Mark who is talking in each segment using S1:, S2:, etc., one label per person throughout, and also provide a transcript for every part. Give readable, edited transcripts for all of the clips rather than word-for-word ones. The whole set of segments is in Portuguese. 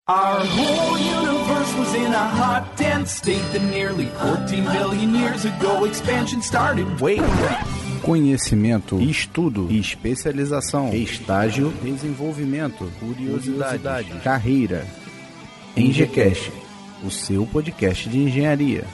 S1: Our whole universe was in a hot, dense state that nearly 14 billion years ago expansion started. Wait.
S2: Conhecimento, estudo, especialização, estágio, desenvolvimento, curiosidade, carreira. EngeCast, o seu podcast de engenharia.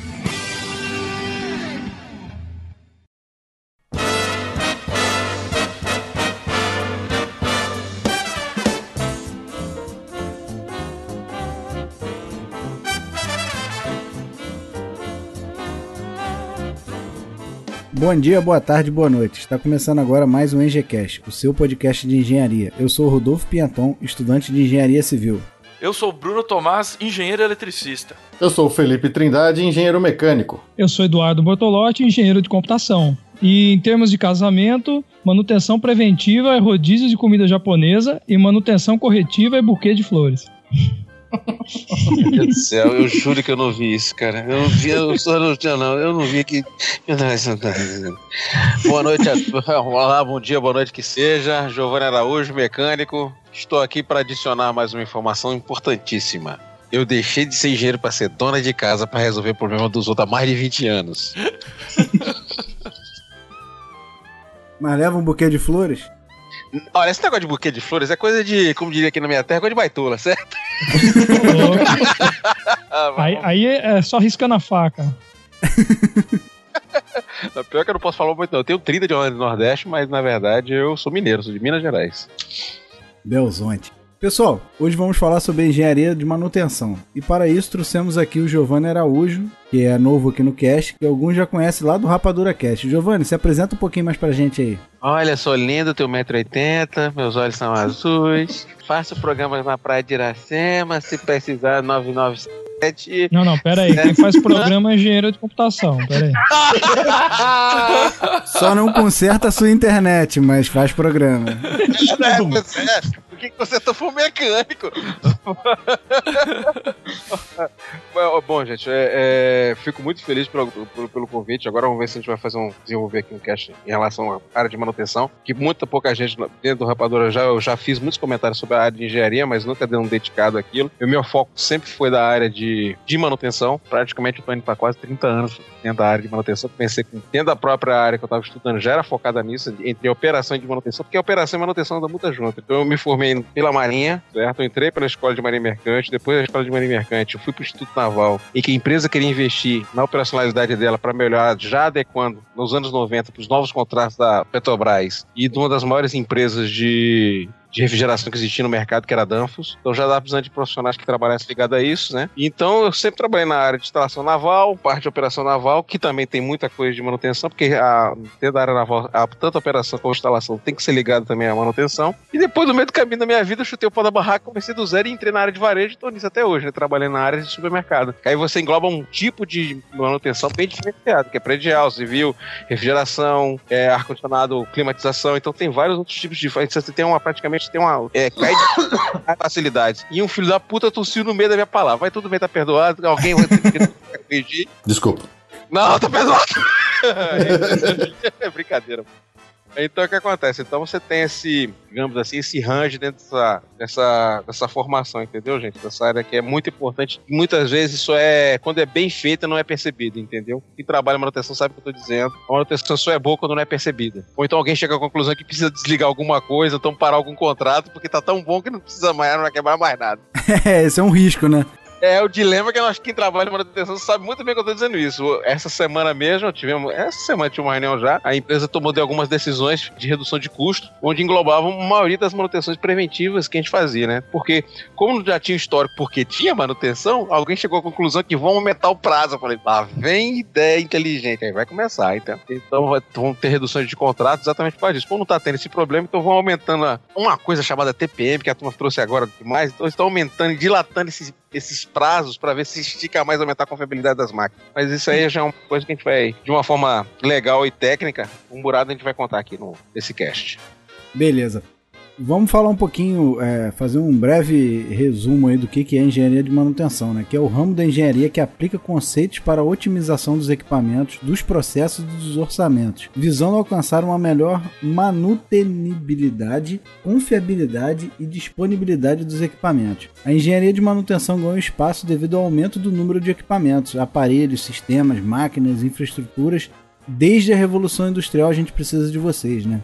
S2: Bom dia, boa tarde, boa noite. Está começando agora mais um EngeCast, o seu podcast de engenharia. Eu sou o Rodolfo Pianton, estudante de engenharia civil.
S3: Eu sou o Bruno Tomás, engenheiro eletricista.
S4: Eu sou o Felipe Trindade, engenheiro mecânico.
S5: Eu sou Eduardo Bortolotti, engenheiro de computação. E em termos de casamento, manutenção preventiva é rodízio de comida japonesa e manutenção corretiva é buquê de flores.
S6: Meu Deus do céu, eu juro que eu não vi isso, cara. Eu não vi, eu não vi que. Boa noite, olá, bom dia, boa noite que seja. Giovanni Araújo, mecânico. Estou aqui para adicionar mais uma informação importantíssima. Eu deixei de ser engenheiro para ser dona de casa para resolver o problema dos outros há mais de 20 anos.
S2: Mas leva um buquê de flores?
S6: Olha, esse negócio de buquê de flores é coisa de, como diria aqui na minha terra, coisa de baitola, certo?
S5: aí é só riscando a faca.
S6: Pior que eu não posso falar muito não. Eu tenho 30 de Orlando do Nordeste, mas na verdade eu sou mineiro, sou de Minas Gerais.
S2: Belzonte. Pessoal, hoje vamos falar sobre engenharia de manutenção. E para isso trouxemos aqui o Giovanni Araújo, que é novo aqui no cast, que alguns já conhecem lá do Rapadura Cast. Giovanni, se apresenta um pouquinho mais pra gente aí.
S6: Olha, sou lindo, tenho 1,80 m, meus olhos são azuis, faço programas na praia de Iracema, se precisar 997...
S5: Não, pera aí, quem faz programa é engenheiro de computação, pera aí.
S2: Só não conserta a sua internet, mas faz programa.
S6: Por que você foi um mecânico? Bom, gente, fico muito feliz pelo convite. Agora vamos ver se a gente vai desenvolver aqui um cast em relação à área de manutenção, que muita pouca gente dentro do Rapadura eu já fiz muitos comentários sobre a área de engenharia, mas nunca dei um dedicado àquilo. O meu foco sempre foi da área de manutenção. Praticamente eu tô indo para quase 30 anos dentro da área de manutenção. Comecei dentro da própria área que eu estava estudando, já era focada nisso, entre operação e de manutenção, porque a operação e manutenção andam muito junto. Então eu me formei pela Marinha, certo? Eu entrei pela Escola de Marinha Mercante, depois da Escola de Marinha Mercante eu fui para o Instituto Naval, em que a empresa queria investir na operacionalidade dela para melhorar, já adequando nos anos 90 para os novos contratos da Petrobras e de uma das maiores empresas de refrigeração que existia no mercado, que era a Danfoss. Então já dava precisando de profissionais que trabalhassem ligados a isso, né? Então eu sempre trabalhei na área de instalação naval, parte de operação naval, que também tem muita coisa de manutenção, porque dentro da área naval, tanto a operação como a instalação tem que ser ligado também à manutenção. E depois, no meio do caminho da minha vida, eu chutei o pau da barraca, comecei do zero e entrei na área de varejo e estou nisso até hoje, né? Trabalhando na área de supermercado. Aí você engloba um tipo de manutenção bem diferenciado, que é predial, civil, refrigeração, ar-condicionado, climatização. Então tem vários outros tipos de... Você tem cai de facilidades. E um filho da puta tossiu no meio da minha palavra. Vai tudo bem, tá perdoado. Alguém vai ter que corrigir.
S4: Desculpa.
S6: Não, tá perdoado. É brincadeira. Então o que acontece? Então você tem esse, digamos assim, esse range dentro dessa formação, entendeu, gente? Dessa área que é muito importante. E muitas vezes isso quando é bem feita, não é percebido, entendeu? Quem trabalha em manutenção sabe o que eu tô dizendo. A manutenção só é boa quando não é percebida. Ou então alguém chega à conclusão que precisa desligar alguma coisa, então parar algum contrato, porque tá tão bom que não precisa mais, não vai quebrar mais nada.
S2: Esse é um risco, né?
S6: É o dilema que eu acho que quem trabalha em manutenção sabe muito bem que eu tô dizendo isso. Essa semana mesmo, tinha uma reunião já, a empresa tomou algumas decisões de redução de custo, onde englobavam a maioria das manutenções preventivas que a gente fazia, né? Porque, como já tinha histórico, porque tinha manutenção, alguém chegou à conclusão que vão aumentar o prazo. Eu falei, vem ideia inteligente, aí vai começar, então. Então vão ter reduções de contratos exatamente por causa disso. Como não tá tendo esse problema, então vão aumentando uma coisa chamada TPM, que a turma trouxe agora demais, então estão aumentando e dilatando esses prazos para ver se estica mais, aumentar a confiabilidade das máquinas. Mas isso aí já é uma coisa que a gente vai, de uma forma legal e técnica, a gente vai contar aqui nesse cast.
S2: Beleza. Vamos falar um pouquinho, fazer um breve resumo aí do que é engenharia de manutenção, né? Que é o ramo da engenharia que aplica conceitos para a otimização dos equipamentos, dos processos e dos orçamentos, visando alcançar uma melhor manutenibilidade, confiabilidade e disponibilidade dos equipamentos. A engenharia de manutenção ganhou espaço devido ao aumento do número de equipamentos, aparelhos, sistemas, máquinas, infraestruturas. Desde a Revolução Industrial a gente precisa de vocês, né?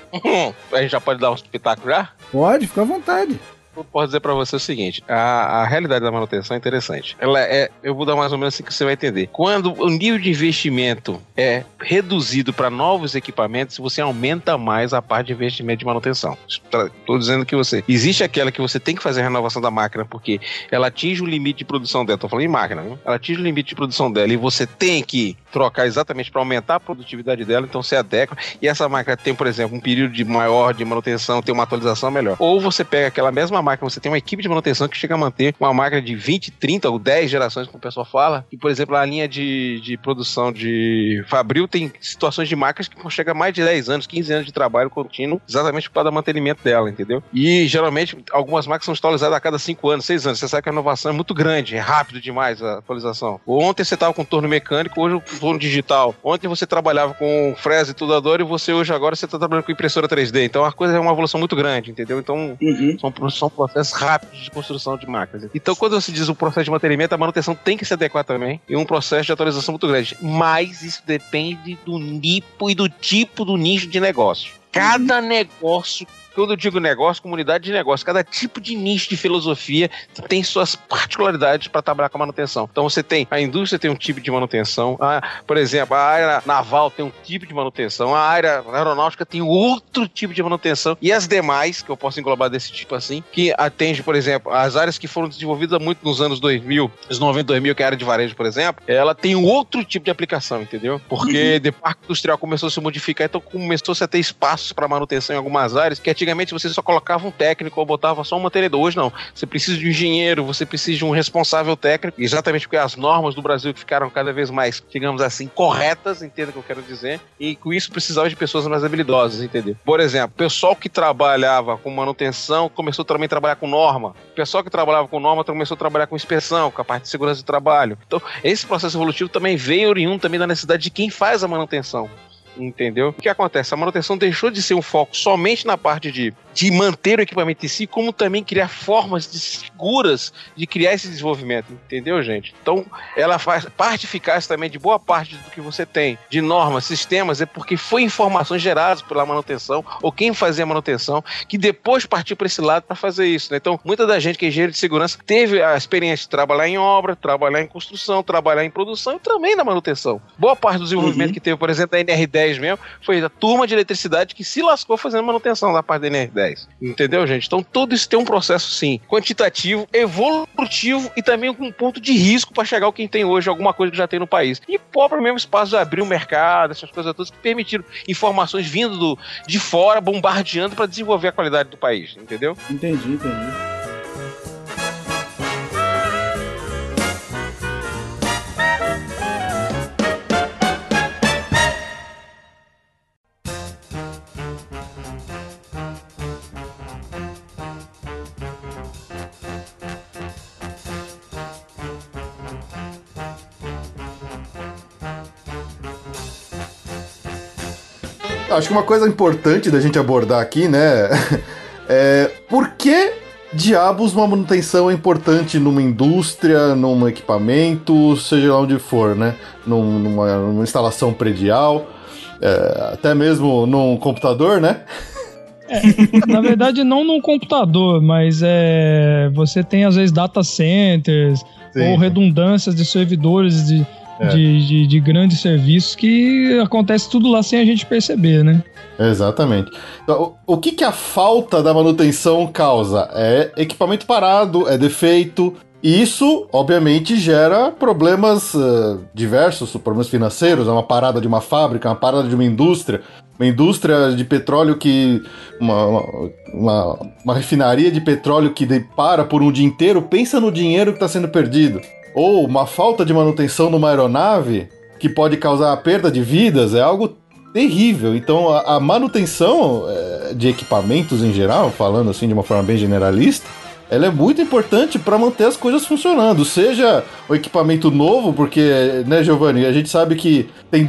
S6: A gente já pode dar um espetáculo já?
S2: Pode, fica à vontade.
S6: Eu posso dizer pra você o seguinte, a realidade da manutenção é interessante. Eu vou dar mais ou menos assim que você vai entender. Quando o nível de investimento é reduzido para novos equipamentos, você aumenta mais a parte de investimento de manutenção. Estou dizendo que existe aquela que você tem que fazer a renovação da máquina porque ela atinge o limite de produção dela. Estou falando em máquina, né? Ela atinge o limite de produção dela e você tem que trocar exatamente para aumentar a produtividade dela, então você adequa. E essa máquina tem, por exemplo, um período maior de manutenção, tem uma atualização melhor. Ou você pega aquela mesma máquina, você tem uma equipe de manutenção que chega a manter uma máquina de 20, 30 ou 10 gerações, como o pessoal fala. E, por exemplo, a linha de produção de Fabril tem situações de máquinas que chegam a mais de 10 anos, 15 anos de trabalho contínuo, exatamente por causa do mantenimento dela, entendeu? E, geralmente, algumas máquinas são atualizadas a cada 5 anos, 6 anos. Você sabe que a inovação é muito grande, é rápido demais a atualização. Ontem você estava com torno mecânico, hoje o torno digital. Ontem você trabalhava com fresa e tuldador e agora você está trabalhando com impressora 3D. Então, a coisa é uma evolução muito grande, entendeu? Então, são processos rápidos de construção de máquinas. Então, quando você diz o processo de mantenimento, a manutenção tem que se adequar também e um processo de atualização muito grande. Mas isso depende do nicho e do tipo do nicho de negócio. Cada negócio, quando eu digo negócio, comunidade de negócio, cada tipo de nicho de filosofia tem suas particularidades para trabalhar com a manutenção. Então você tem, a indústria tem um tipo de manutenção, por exemplo, a área naval tem um tipo de manutenção, a área aeronáutica tem outro tipo de manutenção e as demais, que eu posso englobar desse tipo assim, que atende, por exemplo, as áreas que foram desenvolvidas muito nos anos 2000, os 90, 2000, que é a área de varejo, por exemplo, ela tem outro tipo de aplicação, entendeu? Porque o parque industrial começou a se modificar, então começou-se a ter espaços para manutenção em algumas áreas, que antigamente você só colocava um técnico ou botava só um mantenedor. Hoje não, você precisa de um engenheiro, você precisa de um responsável técnico, exatamente porque as normas do Brasil ficaram cada vez mais, digamos assim, corretas, entenda o que eu quero dizer, e com isso precisava de pessoas mais habilidosas, entendeu? Por exemplo, o pessoal que trabalhava com manutenção começou também a trabalhar com norma, o pessoal que trabalhava com norma começou a trabalhar com inspeção, com a parte de segurança de trabalho. Então, esse processo evolutivo também veio oriundo também da necessidade de quem faz a manutenção. Entendeu? O que acontece? A manutenção deixou de ser um foco somente na parte de manter o equipamento em si, como também criar formas seguras de criar esse desenvolvimento, entendeu, gente? Então, ela faz parte eficaz também de boa parte do que você tem de normas, sistemas, é porque foi informações geradas pela manutenção, ou quem fazia a manutenção, que depois partiu para esse lado para fazer isso, né? Então, muita da gente que é engenheiro de segurança teve a experiência de trabalhar em obra, trabalhar em construção, trabalhar em produção e também na manutenção. Boa parte do desenvolvimento que teve, por exemplo, da NR10 mesmo, foi a turma de eletricidade que se lascou fazendo manutenção da parte da NR10. Entendeu, gente? Então tudo isso tem um processo, sim, quantitativo, evolutivo e também com um ponto de risco para chegar ao que tem hoje, alguma coisa que já tem no país. E próprio mesmo espaço de abrir o mercado, essas coisas todas que permitiram informações vindo de fora, bombardeando para desenvolver a qualidade do país, entendeu?
S2: Entendi.
S4: Acho que uma coisa importante da gente abordar aqui, né, é por que diabos uma manutenção é importante numa indústria, num equipamento, seja lá onde for, né, numa instalação predial, até mesmo num computador, né?
S5: Na verdade, não num computador, mas você tem às vezes data centers, sim, ou redundâncias de servidores de grandes serviços que acontece tudo lá sem a gente perceber, né?
S4: Exatamente. Então, o que a falta da manutenção causa? É equipamento parado, é defeito. E isso, obviamente, gera problemas diversos, problemas financeiros, é uma parada de uma fábrica, uma parada de uma indústria de petróleo que... Uma refinaria de petróleo que para por um dia inteiro, pensa no dinheiro que está sendo perdido. Ou uma falta de manutenção numa aeronave que pode causar a perda de vidas, é algo terrível. Então a manutenção de equipamentos em geral, falando assim de uma forma bem generalista, ela é muito importante para manter as coisas funcionando. Seja o equipamento novo, porque, né, Giovanni, a gente sabe que tem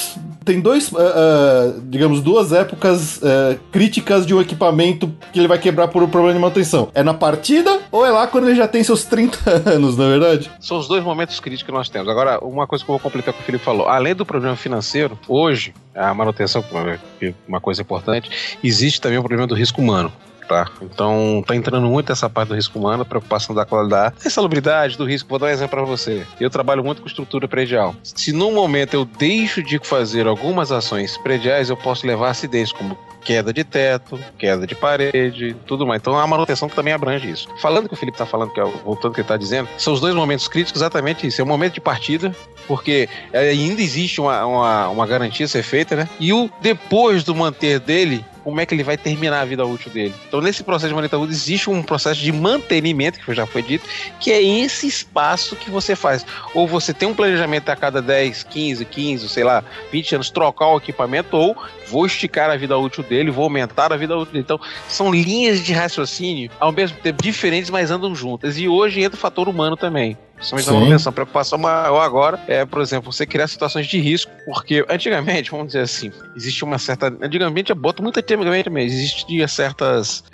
S4: digamos, duas épocas críticas de um equipamento que ele vai quebrar por um problema de manutenção. É na partida ou é lá quando ele já tem seus 30 anos, não é verdade?
S6: São os dois momentos críticos que nós temos. Agora, uma coisa que eu vou completar com o Felipe falou. Além do problema financeiro, hoje, a manutenção, que é uma coisa importante, existe também o problema do risco humano. Tá? Então tá entrando muito essa parte do risco humano, a preocupação da qualidade, da insalubridade, do risco. Vou dar um exemplo para você. Eu trabalho muito com estrutura predial. Se num momento eu deixo de fazer algumas ações prediais, eu posso levar acidez, como queda de teto, queda de parede, tudo mais. Então a manutenção também abrange isso. Falando que o Felipe tá falando, voltando ao que ele tá dizendo, são os dois momentos críticos, exatamente isso. É o momento de partida, porque ainda existe uma garantia a ser feita, né? E o depois do manter dele, como é que ele vai terminar a vida útil dele. Então, nesse processo de manutenção, existe um processo de mantenimento, que já foi dito, que é esse espaço que você faz. Ou você tem um planejamento a cada 10, 15, sei lá, 20 anos, trocar o equipamento, ou vou esticar a vida útil dele, vou aumentar a vida útil dele. Então, são linhas de raciocínio, ao mesmo tempo diferentes, mas andam juntas. E hoje entra o fator humano também. Principalmente na manutenção. A preocupação maior agora é, por exemplo, você criar situações de risco, porque antigamente, vamos dizer assim, existe uma certa... Antigamente, eu boto muito antigamente também, existiam certas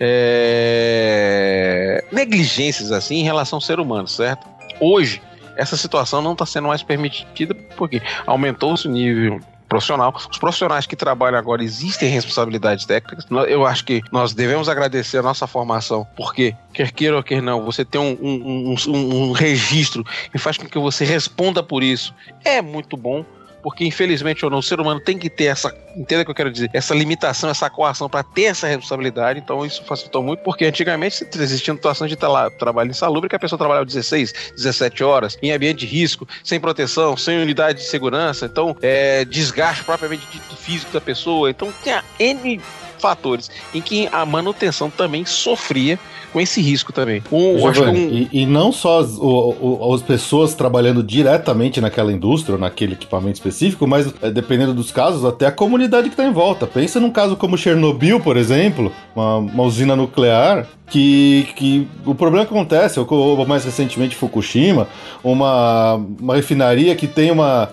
S6: negligências, assim, em relação ao ser humano, certo? Hoje, essa situação não está sendo mais permitida, porque aumentou-se o nível profissional. Os profissionais que trabalham agora, existem responsabilidades técnicas. Eu acho que nós devemos agradecer a nossa formação, porque, quer queira ou quer não, você tem um registro que faz com que você responda por isso. É muito bom, porque infelizmente ou não, o ser humano tem que ter essa, entenda o que eu quero dizer, essa limitação, essa coação para ter essa responsabilidade. Então isso facilitou muito, porque antigamente existiam situações de trabalho insalubre que a pessoa trabalhava 16, 17 horas em ambiente de risco, sem proteção, sem unidade de segurança, então desgaste propriamente físico da pessoa. Então tinha N fatores em que a manutenção também sofria com esse risco também.
S4: E não só as pessoas trabalhando diretamente naquela indústria ou naquele equipamento específico, mas dependendo dos casos, até a comunidade que está em volta. Pensa num caso como Chernobyl, por exemplo, uma usina nuclear, que o problema que acontece, ou mais recentemente Fukushima, uma refinaria que tem uma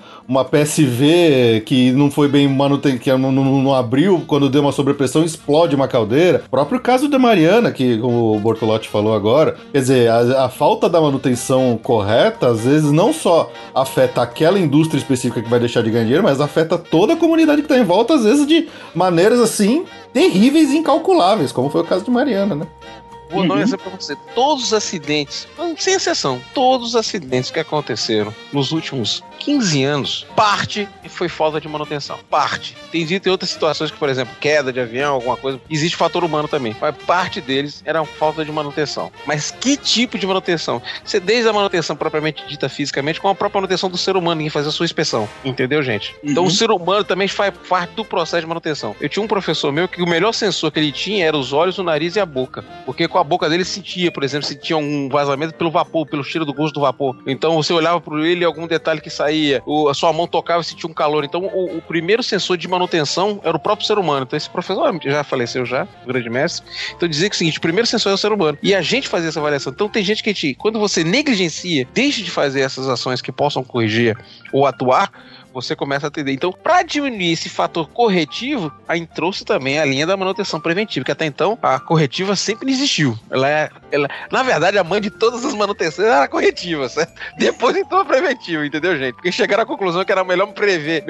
S4: PSV que não foi bem manutenida, que não abriu, quando deu uma sobrepressão, explode uma caldeira. O próprio caso da Mariana, que o Bortolotti falou agora, quer dizer, a falta da manutenção correta, às vezes, não só afeta aquela indústria específica que vai deixar de ganhar dinheiro, mas afeta toda a comunidade que está em volta, às vezes de maneiras, assim, terríveis e incalculáveis, como foi o caso de Mariana, né?
S6: Vou dar um exemplo pra você. Todos os acidentes, sem exceção, todos os acidentes que aconteceram nos últimos 15 anos, parte foi falta de manutenção. Parte. Tem outras situações que, por exemplo, queda de avião, alguma coisa, existe fator humano também. Mas parte deles era falta de manutenção. Mas que tipo de manutenção? Você desde a manutenção propriamente dita fisicamente, com a própria manutenção do ser humano em fazer a sua inspeção. Entendeu, gente? Então o ser humano também faz parte do processo de manutenção. Eu tinha um professor meu que o melhor sensor que ele tinha era os olhos, o nariz e a boca. Porque com a boca dele sentia, por exemplo, se tinha um vazamento pelo vapor, pelo cheiro do gosto do vapor. Então você olhava por ele, algum detalhe que saía, a sua mão tocava e sentia um calor. Então o primeiro sensor de manutenção era o próprio ser humano. Então esse professor já faleceu o grande mestre. Então dizia que o seguinte, o primeiro sensor é o ser humano. E a gente fazia essa avaliação. Então tem gente que quando você negligencia, deixa de fazer essas ações que possam corrigir ou atuar, você começa a atender. Então, para diminuir esse fator corretivo, aí trouxe também a linha da manutenção preventiva, que até então a corretiva sempre existiu. Ela, na verdade, a mãe de todas as manutenções era a corretiva, certo? Depois entrou a preventiva, entendeu, gente? Porque chegaram à conclusão que era melhor prever,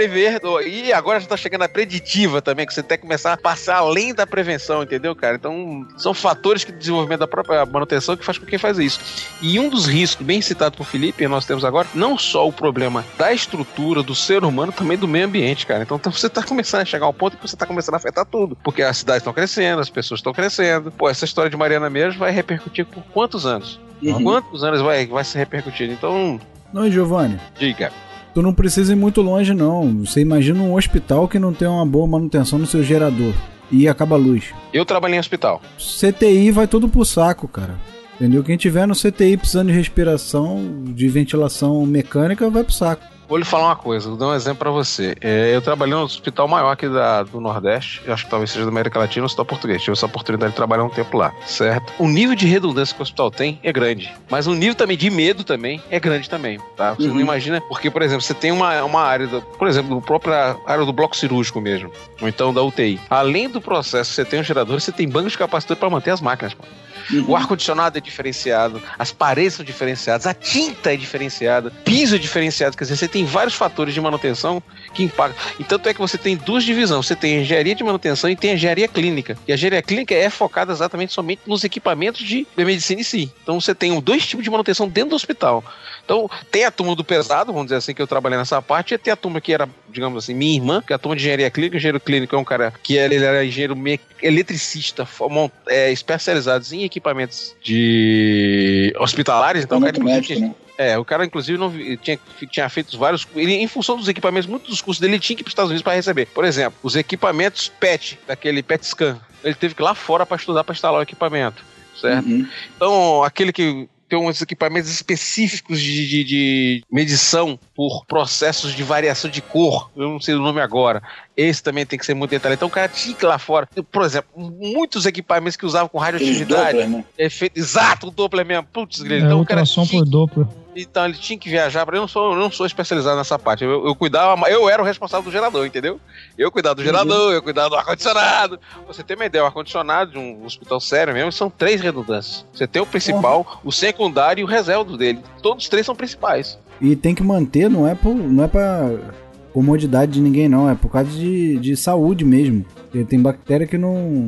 S6: e agora já tá chegando a preditiva também, que você tem que começar a passar além da prevenção, entendeu, cara? Então, são fatores que o desenvolvimento da própria manutenção que faz com quem faz isso. E um dos riscos, bem citado por Felipe, nós temos agora, não só o problema da estrutura do ser humano, também do meio ambiente, cara. Então você tá começando a chegar ao ponto que você tá começando a afetar tudo, porque as cidades estão crescendo, as pessoas estão crescendo. Pô, essa história de Mariana mesmo vai repercutir por quantos anos? Quantos anos vai se repercutir? Então...
S2: Não, Giovanni.
S6: Diga.
S2: Tu não precisa ir muito longe, não. Você imagina um hospital que não tem uma boa manutenção no seu gerador e acaba a luz.
S6: Eu trabalhei em hospital.
S2: CTI vai tudo pro saco, cara. Entendeu? Quem tiver no CTI precisando de respiração, de ventilação mecânica, vai pro saco.
S6: Vou lhe falar uma coisa, vou dar um exemplo pra você. Eu trabalhei no hospital maior aqui do Nordeste, eu acho que talvez seja da América Latina, no hospital português. Tive essa oportunidade de trabalhar um tempo lá, certo? O nível de redundância que o hospital tem é grande, mas o nível também de medo também é grande também, tá? Você não imagina, porque, por exemplo, você tem uma área, por exemplo, a própria área do bloco cirúrgico mesmo, ou então da UTI. Além do processo, você tem um gerador, você tem banco de capacitor para manter as máquinas, pô. O ar-condicionado é diferenciado, as paredes são diferenciadas, a tinta é diferenciada, piso é diferenciado, quer dizer, você tem vários fatores de manutenção que impactam. E tanto é que você tem duas divisões, você tem a engenharia de manutenção e tem a engenharia clínica. E a engenharia clínica é focada exatamente somente nos equipamentos de medicina em si. Então você tem dois tipos de manutenção dentro do hospital. Então tem a turma do pesado, vamos dizer assim, que eu trabalhei nessa parte, e tem a turma que era, digamos assim, minha irmã, que é a turma de engenharia clínica. O engenheiro clínico é um cara que ele era engenheiro eletricista, especializado em equipamentos de hospitalares, então o cara, inclusive, médico, né? O cara, inclusive, não tinha feito vários. Ele, em função dos equipamentos, muitos dos cursos dele, ele tinha que ir para os Estados Unidos para receber. Por exemplo, os equipamentos PET, daquele PET scan, ele teve que ir lá fora para estudar, para instalar o equipamento, certo? Então, aquele que tem uns equipamentos específicos de medição por processos de variação de cor, eu não sei o nome agora, esse também tem que ser muito detalhado. Então o cara tinha que ir lá fora. Por exemplo, muitos equipamentos que usavam com radioatividade, Doppler, né? Exato, o Doppler mesmo. Putz, então o cara tinha, por Doppler. Então ele tinha que viajar para. Eu não sou especializado nessa parte. Eu cuidava, eu era o responsável do gerador, entendeu? Eu cuidava do gerador, eu cuidava do ar-condicionado. Você tem uma ideia, o ar-condicionado de um hospital sério mesmo são 3 redundâncias. Você tem o principal, o secundário e o reserva dele. Todos os 3 são principais.
S2: E tem que manter, não é pra comodidade de ninguém, não. É por causa de saúde mesmo. Porque tem bactéria que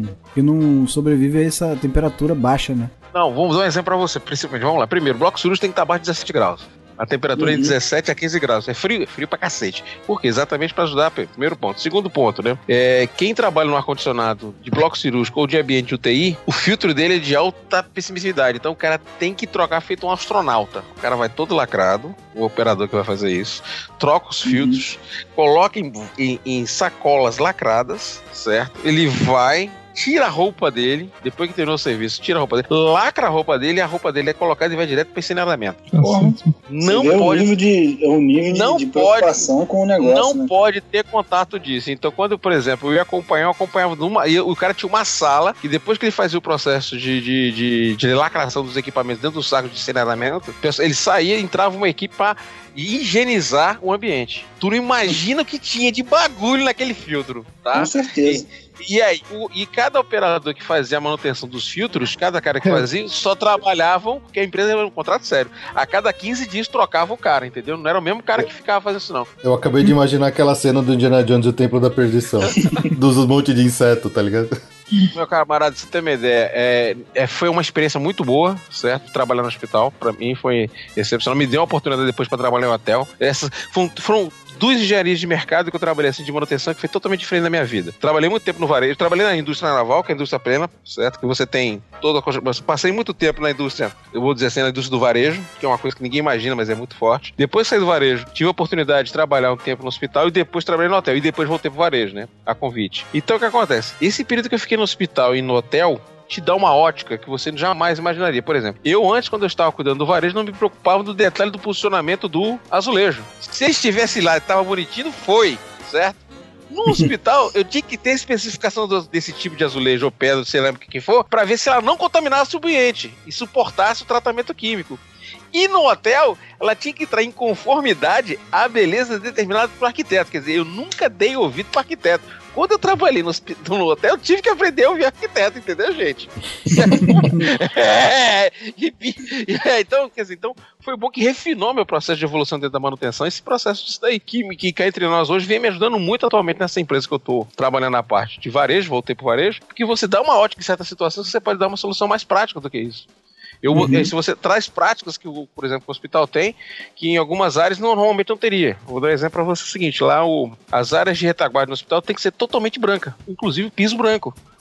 S2: não sobrevive a essa temperatura baixa, né?
S6: Não, vamos dar um exemplo pra você, principalmente. Vamos lá. Primeiro, o bloco cirúrgico tem que estar abaixo de 17 graus. A temperatura é de 17 a 15 graus. É frio pra cacete. Por quê? Exatamente pra ajudar. Primeiro ponto. Segundo ponto, né? Quem trabalha no ar-condicionado de bloco cirúrgico ou de ambiente UTI, o filtro dele é de alta permissividade. Então o cara tem que trocar feito um astronauta. O cara vai todo lacrado, o operador que vai fazer isso, troca os filtros, coloca em sacolas lacradas, certo? Ele vai, tira a roupa dele, depois que terminou o serviço, tira a roupa dele, lacra a roupa dele e a roupa dele é colocada e vai direto para incineramento. Não pode.
S7: O nível de preocupação com o negócio.
S6: Não pode ter contato disso. Então, quando, por exemplo, eu acompanhava e o cara tinha uma sala e depois que ele fazia o processo de lacração dos equipamentos dentro do saco de incineramento, ele saía, entrava uma equipe para higienizar o ambiente. Tu não imagina o que tinha de bagulho naquele filtro, tá?
S7: Com certeza.
S6: E aí, cada operador que fazia a manutenção dos filtros, cada cara que fazia, só trabalhavam, porque a empresa era um contrato sério. A cada 15 dias trocava o cara, entendeu? Não era o mesmo cara que ficava fazendo isso, não.
S4: Eu acabei de imaginar aquela cena do Indiana Jones e o Templo da Perdição. Dos montes de inseto, tá ligado?
S6: Meu camarada, você tem uma ideia, foi uma experiência muito boa, certo? Trabalhar no hospital, pra mim foi excepcional. Me deu uma oportunidade depois pra trabalhar em hotel. Essas foram 2 engenharias de mercado que eu trabalhei assim de manutenção que foi totalmente diferente da minha vida. Trabalhei muito tempo no varejo, trabalhei na indústria naval, que é a indústria plena, certo? Que você tem toda a... Passei muito tempo na indústria, eu vou dizer assim, na indústria do varejo, que é uma coisa que ninguém imagina, mas é muito forte. Depois saí do varejo, tive a oportunidade de trabalhar um tempo no hospital e depois trabalhei no hotel. E depois voltei pro varejo, né? A convite. Então o que acontece? Esse período que eu fiquei no hospital e no hotel te dá uma ótica que você jamais imaginaria. Por exemplo, eu antes, quando eu estava cuidando do varejo, não me preocupava do detalhe do posicionamento do azulejo. Se ele estivesse lá e estava bonitinho, foi, certo? No hospital, eu tinha que ter especificação desse tipo de azulejo ou pedra, sei lá o que for, para ver se ela não contaminasse o ambiente e suportasse o tratamento químico. E no hotel, ela tinha que entrar em conformidade à beleza determinada pelo arquiteto. Quer dizer, eu nunca dei ouvido para arquiteto. Quando eu trabalhei no hotel, eu tive que aprender a ouvir arquiteto, entendeu, gente? Então, quer dizer, então, foi bom que refinou meu processo de evolução dentro da manutenção. Esse processo disso daí, que cá entre nós hoje, vem me ajudando muito atualmente nessa empresa que eu tô trabalhando na parte de varejo, voltei pro varejo, porque você dá uma ótica em certas situações, você pode dar uma solução mais prática do que isso. Se você traz práticas que, por exemplo, o hospital tem, que em algumas áreas normalmente não teria. Vou dar um exemplo para você o seguinte, lá as áreas de retaguarda no hospital tem que ser totalmente branca, inclusive piso branco.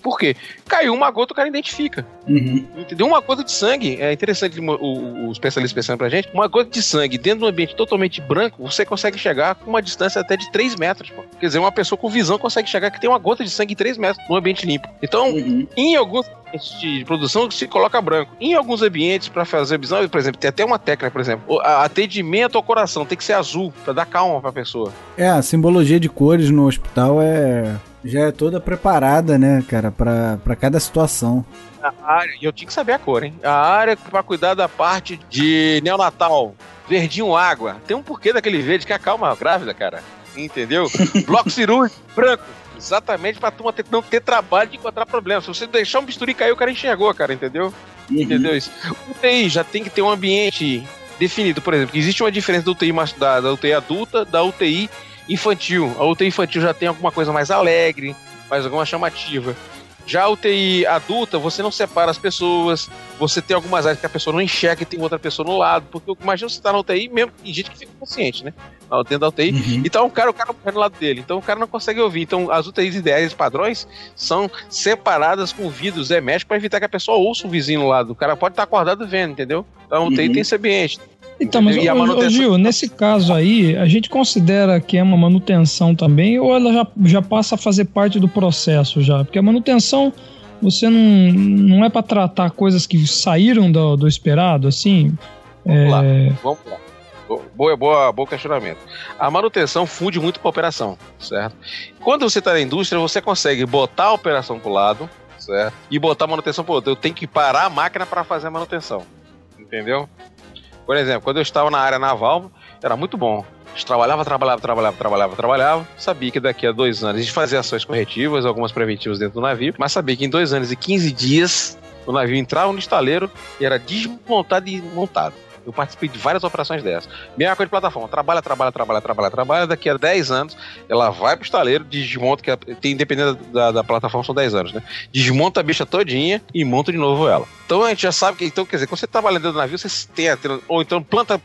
S6: Por quê? Caiu uma gota, o cara identifica.
S2: Uhum.
S6: Entendeu? Uma gota de sangue, é interessante o especialista pensando pra gente, uma gota de sangue dentro de um ambiente totalmente branco, você consegue chegar com uma distância até de 3 metros. Pô. Quer dizer, uma pessoa com visão consegue chegar que tem uma gota de sangue em 3 metros num ambiente limpo. Então, em alguns de produção se coloca branco. Em alguns ambientes, para fazer visão, por exemplo, tem até uma técnica, por exemplo, atendimento ao coração tem que ser azul, para dar calma pra pessoa.
S2: A simbologia de cores no hospital já é toda preparada, né, cara, pra cada situação.
S6: A área, e eu tinha que saber a cor, hein? A área para cuidar da parte de neonatal, verdinho água, tem um porquê daquele verde que acalma a grávida, cara. Entendeu? Bloco cirúrgico, branco. Exatamente pra turma não ter trabalho de encontrar problema. Se você deixar um bisturi cair, o cara enxergou, cara, entendeu? Entendeu isso? O UTI já tem que ter um ambiente definido, por exemplo, existe uma diferença da UTI, da UTI adulta, da UTI infantil. A UTI infantil já tem alguma coisa mais alegre, mais alguma chamativa. Já a UTI adulta, você não separa as pessoas, você tem algumas áreas que a pessoa não enxerga e tem outra pessoa no lado, porque imagina você tá na UTI mesmo, tem gente que fica consciente, né? Dentro da UTI, então o cara morre no lado dele, então o cara não consegue ouvir. Então as UTIs ideais padrões são separadas com vidros herméticos para evitar que a pessoa ouça o vizinho no lado. O cara pode estar acordado vendo, entendeu? Então a UTI tem esse ambiente.
S5: Então, mas, Gil, nesse caso aí, a gente considera que é uma manutenção também, ou ela já passa a fazer parte do processo já? Porque a manutenção, você não é para tratar coisas que saíram do esperado, assim?
S6: Vamos lá. Bom questionamento. A manutenção funde muito com a operação, certo? Quando você está na indústria, você consegue botar a operação pro lado, certo? E botar a manutenção pro outro. Eu tenho que parar a máquina para fazer a manutenção, entendeu? Por exemplo, quando eu estava na área naval, era muito bom. A gente trabalhava, sabia que daqui a 2 anos a gente fazia ações corretivas, algumas preventivas dentro do navio, mas sabia que em 2 anos e 15 dias o navio entrava no estaleiro e era desmontado e montado. Eu participei de várias operações dessas. Mesma coisa de plataforma. Trabalha. Daqui a 10 anos, ela vai pro estaleiro, desmonta, que tem, dependendo da plataforma, são 10 anos, né? Desmonta a bicha todinha e monta de novo ela. Então a gente já sabe que, então, quer dizer, quando você trabalha dentro do navio, você tem ou então planta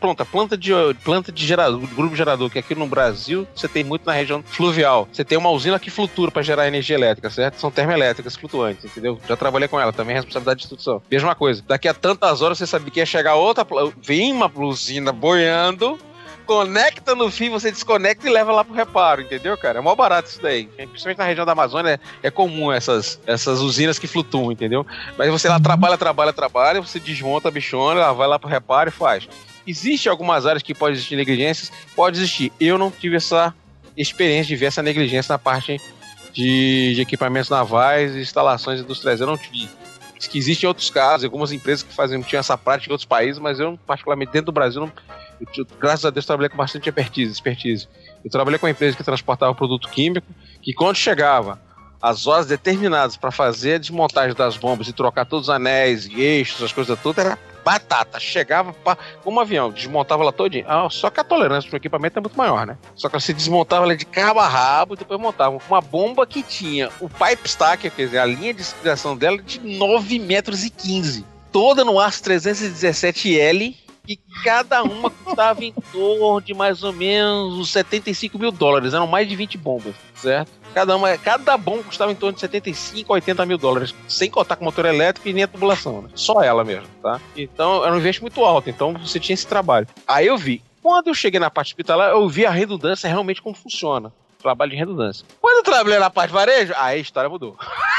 S6: de gerador, grupo gerador, que aqui no Brasil você tem muito na região fluvial. Você tem uma usina que flutua para gerar energia elétrica, certo? São termoelétricas flutuantes, entendeu? Já trabalhei com ela, também é responsabilidade de instrução. Mesma coisa. Daqui a tantas horas você sabia que ia chegar outra, vem uma usina boiando, conecta no fio, você desconecta e leva lá pro reparo, entendeu, cara? É mó barato isso daí. Principalmente na região da Amazônia é comum essas usinas que flutuam, entendeu? Mas você lá trabalha, você desmonta a bichona, ela vai lá pro reparo e faz. Existe algumas áreas que pode existir negligências? Pode existir. Eu não tive essa experiência de ver essa negligência na parte de equipamentos navais e instalações industriais. Eu não tive. Diz que existem outros casos, algumas empresas que tinham essa prática em outros países, mas eu, particularmente dentro do Brasil, graças a Deus, trabalhei com bastante expertise. Eu trabalhei com uma empresa que transportava produto químico, que quando chegava às horas determinadas para fazer a desmontagem das bombas e trocar todos os anéis, eixos, as coisas todas, era batata. Chegava como um avião, desmontava ela todinha. Só que a tolerância para o equipamento é muito maior, né? Só que você desmontava ela de cabo a rabo e depois montava uma bomba que tinha o pipe stack, quer dizer, a linha de inspiração dela de 9,15 metros, toda no aço 317L, e cada uma custava em torno de mais ou menos uns $75 mil. Eram mais de 20 bombas, certo? Cada bomba custava em torno de $75 a $80 mil, sem contar com motor elétrico e nem a tubulação, né? Só ela mesmo, tá? Então era um investimento muito alto, então você tinha esse trabalho. Aí eu vi, quando eu cheguei na parte hospitalar, eu vi a redundância realmente como funciona. Trabalho de redundância. Quando eu trabalhei na parte varejo, aí a história mudou.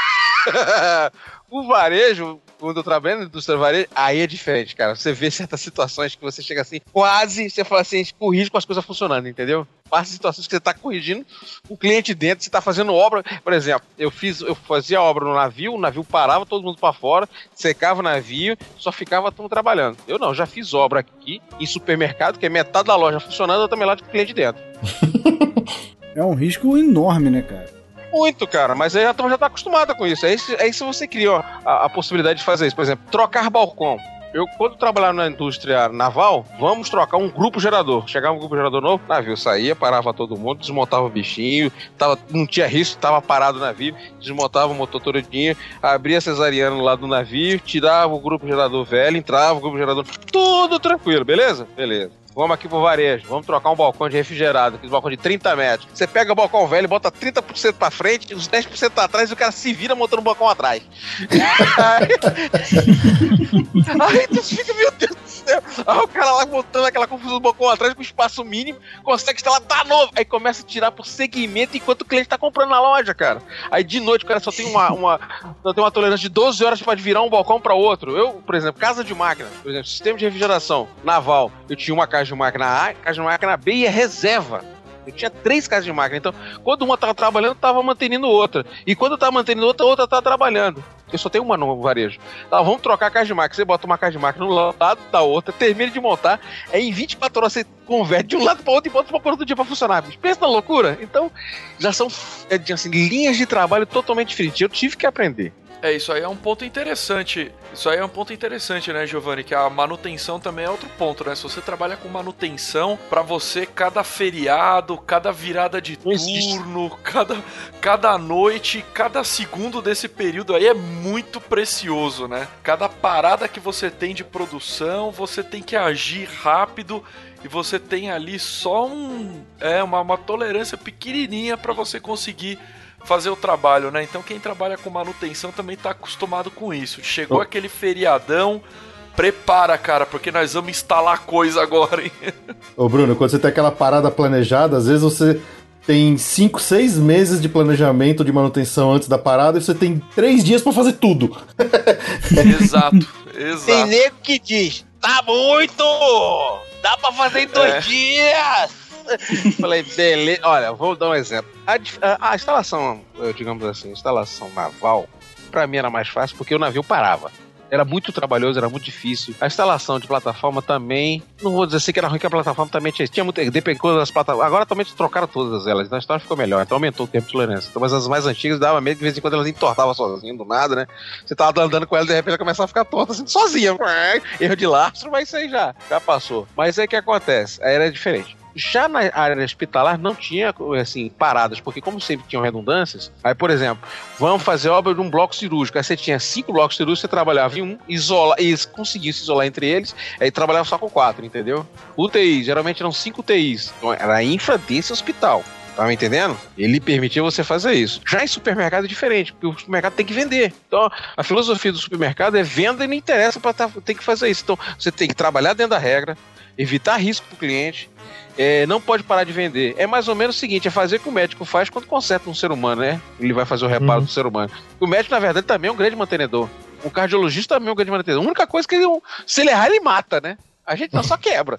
S6: O varejo, quando eu trabalho na indústria do varejo, aí é diferente, cara. Você vê certas situações que você chega assim, quase, você fala assim, corrige com as coisas funcionando, entendeu? Passa situações que você tá corrigindo o cliente dentro, você tá fazendo obra. Por exemplo, eu fazia obra no navio, o navio parava, todo mundo pra fora, secava o navio, só ficava todo mundo trabalhando. Eu não, já fiz obra aqui em supermercado, que é metade da loja funcionando, outra metade com o cliente dentro.
S2: É um risco enorme, né, cara?
S6: Muito, cara, mas aí a turma já tá acostumada com isso. Aí se você cria a possibilidade de fazer isso, por exemplo, trocar balcão. Eu, quando trabalhava na indústria naval, vamos trocar um grupo gerador. Chegava um grupo gerador novo, navio saía, parava todo mundo, desmontava o bichinho, não tinha risco, tava parado o navio, desmontava o motor todinho, abria a cesariana lá do navio, tirava o grupo gerador velho, entrava o grupo gerador, tudo tranquilo, beleza? Beleza. vamos aqui pro varejo, vamos trocar um balcão de refrigerado, aquele balcão de 30 metros. Você pega o balcão velho, bota 30% pra frente, os 10% pra trás e o cara se vira montando o balcão atrás. Aí tu fica, meu Deus do céu. Aí o cara lá montando aquela confusão do balcão atrás com espaço mínimo, consegue instalar, tá novo. Aí começa a tirar por segmento enquanto o cliente tá comprando na loja, cara. Aí de noite o cara só tem uma tolerância de 12 horas pra virar um balcão pra outro. Eu, por exemplo, casa de máquina, por exemplo, sistema de refrigeração naval, eu tinha uma casa de máquina A, casa de máquina B e a reserva. Eu tinha 3 casas de máquina, então quando uma tava trabalhando, eu tava mantendo outra. E quando eu tava mantendo outra tava trabalhando. Eu só tenho uma no varejo. Tá, vamos trocar a casa de máquina. Você bota uma casa de máquina no lado da outra, termina de montar, aí em 24 horas você converte de um lado para outro e bota para outro dia para funcionar. Pensa na loucura? Então, já são assim, linhas de trabalho totalmente diferentes. Eu tive que aprender.
S3: Isso aí é um ponto interessante. Isso aí é um ponto interessante, né, Giovanni? Que a manutenção também é outro ponto, né? Se você trabalha com manutenção, pra você, cada feriado, cada virada de turno, cada noite, cada segundo desse período aí é muito precioso, né? Cada parada que você tem de produção, você tem que agir rápido e você tem ali só uma tolerância pequenininha pra você conseguir fazer o trabalho, né? Então quem trabalha com manutenção também tá acostumado com isso. Chegou aquele feriadão, prepara, cara, porque nós vamos instalar coisa agora, hein?
S4: Ô Bruno, quando você tem aquela parada planejada, às vezes você tem 5, 6 meses de planejamento de manutenção antes da parada e você tem 3 dias pra fazer tudo.
S3: Exato.
S6: Tem nego que diz, tá muito! Dá pra fazer em 2 dias! Falei, beleza. Olha, vou dar um exemplo. A instalação, digamos assim, instalação naval, pra mim era mais fácil porque o navio parava. Era muito trabalhoso, era muito difícil. A instalação de plataforma também, não vou dizer assim que era ruim, que a plataforma também tinha muito. Dependendo das plataformas. Agora também trocaram todas elas, então a história ficou melhor, então aumentou o tempo de tolerância. Então, mas as mais antigas dava medo, de vez em quando elas entortavam sozinhas, do nada, né? Você tava andando com ela e de repente ela começava a ficar torta assim, sozinha. Erro de lastro, mas isso aí já passou. Mas aí o que acontece? Aí era diferente. Já na área hospitalar não tinha, assim, paradas, porque como sempre tinham redundâncias, aí, por exemplo, vamos fazer obra de um bloco cirúrgico, aí você tinha 5 blocos cirúrgicos, você trabalhava em um, e conseguia se isolar entre eles, aí trabalhava só com 4, entendeu? UTI, geralmente eram 5 UTIs, então era a infra desse hospital. Tá me entendendo? Ele permitia você fazer isso. Já em supermercado é diferente, porque o supermercado tem que vender. Então, a filosofia do supermercado é venda e não interessa para ter que fazer isso. Então, você tem que trabalhar dentro da regra, evitar risco pro cliente, não pode parar de vender. É mais ou menos o seguinte, é fazer o que o médico faz quando conserta um ser humano, né? Ele vai fazer o reparo do ser humano. O médico, na verdade, também é um grande mantenedor. O cardiologista também é um grande mantenedor. A única coisa que se ele errar, ele mata, né? A gente só quebra.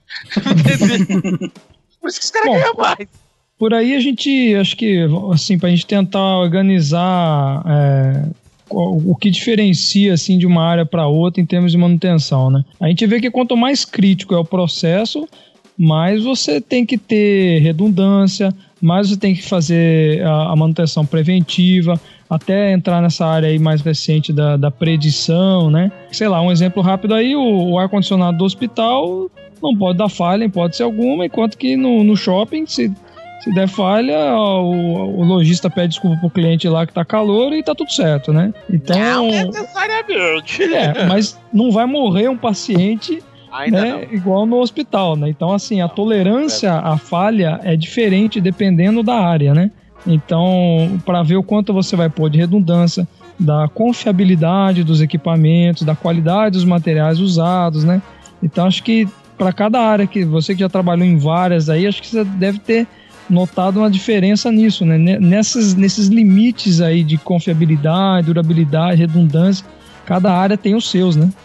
S6: Por isso que os caras ganham mais.
S5: Por aí a gente, acho que, assim, pra gente tentar organizar o que diferencia, assim, de uma área para outra em termos de manutenção, né? A gente vê que quanto mais crítico é o processo, mais você tem que ter redundância, mais você tem que fazer a manutenção preventiva, até entrar nessa área aí mais recente da predição, né? Sei lá, um exemplo rápido aí, o ar-condicionado do hospital não pode dar falha, pode ser alguma, enquanto que no shopping, se der falha, o lojista pede desculpa pro cliente lá que tá calor e tá tudo certo, né? Então,
S6: não necessariamente.
S5: Mas não vai morrer um paciente, né, igual no hospital, né? Então, assim, a tolerância à falha é diferente dependendo da área, né? Então, para ver o quanto você vai pôr de redundância, da confiabilidade dos equipamentos, da qualidade dos materiais usados, né? Então, acho que para cada área, que você que já trabalhou em várias aí, acho que você deve ter notado uma diferença nisso, né? Nesses limites aí de confiabilidade, durabilidade, redundância, cada área tem os seus, né?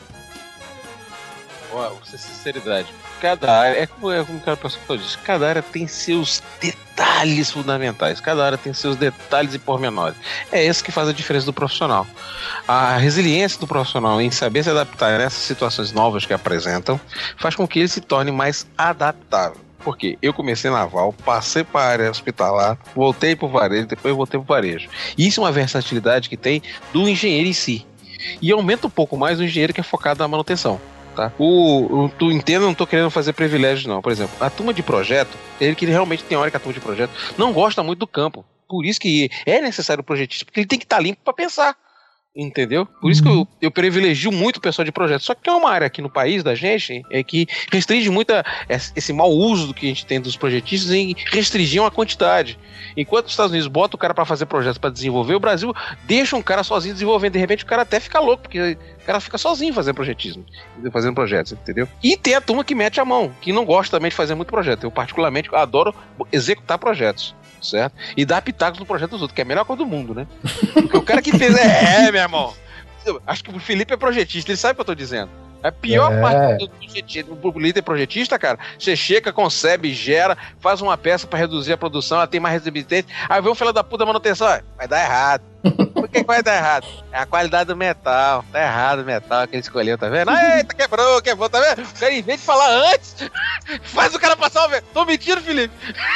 S6: Sinceridade. Cada área, como a pessoa disse, cada área tem seus detalhes fundamentais, cada área tem seus detalhes e pormenores. É isso que faz a diferença do profissional. A resiliência do profissional em saber se adaptar nessas situações novas que apresentam faz com que ele se torne mais adaptável. Porque eu comecei naval, passei para a área hospitalar, voltei para o varejo, depois voltei para o varejo. Isso é uma versatilidade que tem do engenheiro em si. E aumenta um pouco mais o engenheiro que é focado na manutenção. Tá? Tu entenda, não tô querendo fazer privilégios não. Por exemplo, a turma de projeto, ele que realmente tem hora que a turma de projeto não gosta muito do campo. Por isso que é necessário o projetista, porque ele tem que estar limpo para pensar. Entendeu? Por isso que eu privilegio muito o pessoal de projetos. Só que tem uma área aqui no país da gente que restringe muito esse mau uso do que a gente tem dos projetistas em restringir uma quantidade. Enquanto os Estados Unidos botam o cara pra fazer projetos pra desenvolver, o Brasil deixa um cara sozinho desenvolvendo. De repente o cara até fica louco, porque o cara fica sozinho fazendo projetismo, fazendo projetos, entendeu? E tem a turma que mete a mão, que não gosta também de fazer muito projeto. Eu particularmente adoro executar projetos, certo? E dar pitacos no projeto dos outros, que é a melhor coisa do mundo, né? Porque o cara que fez meu irmão. Acho que o Felipe é projetista, ele sabe o que eu tô dizendo. A pior parte do líder projetista, cara, você chega, concebe, gera, faz uma peça pra reduzir a produção, ela tem mais resistência, aí vem um filho da puta da manutenção, vai dar errado. Por que vai dar errado? É a qualidade do metal, tá errado o metal que ele escolheu, tá vendo? Eita, quebrou, tá vendo? O cara, em vez de falar antes, faz o cara passar o... Tô mentindo, Felipe?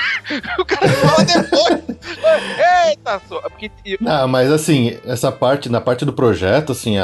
S6: O cara fala depois. Eita, só.
S4: Não, mas assim, na parte do projeto, assim,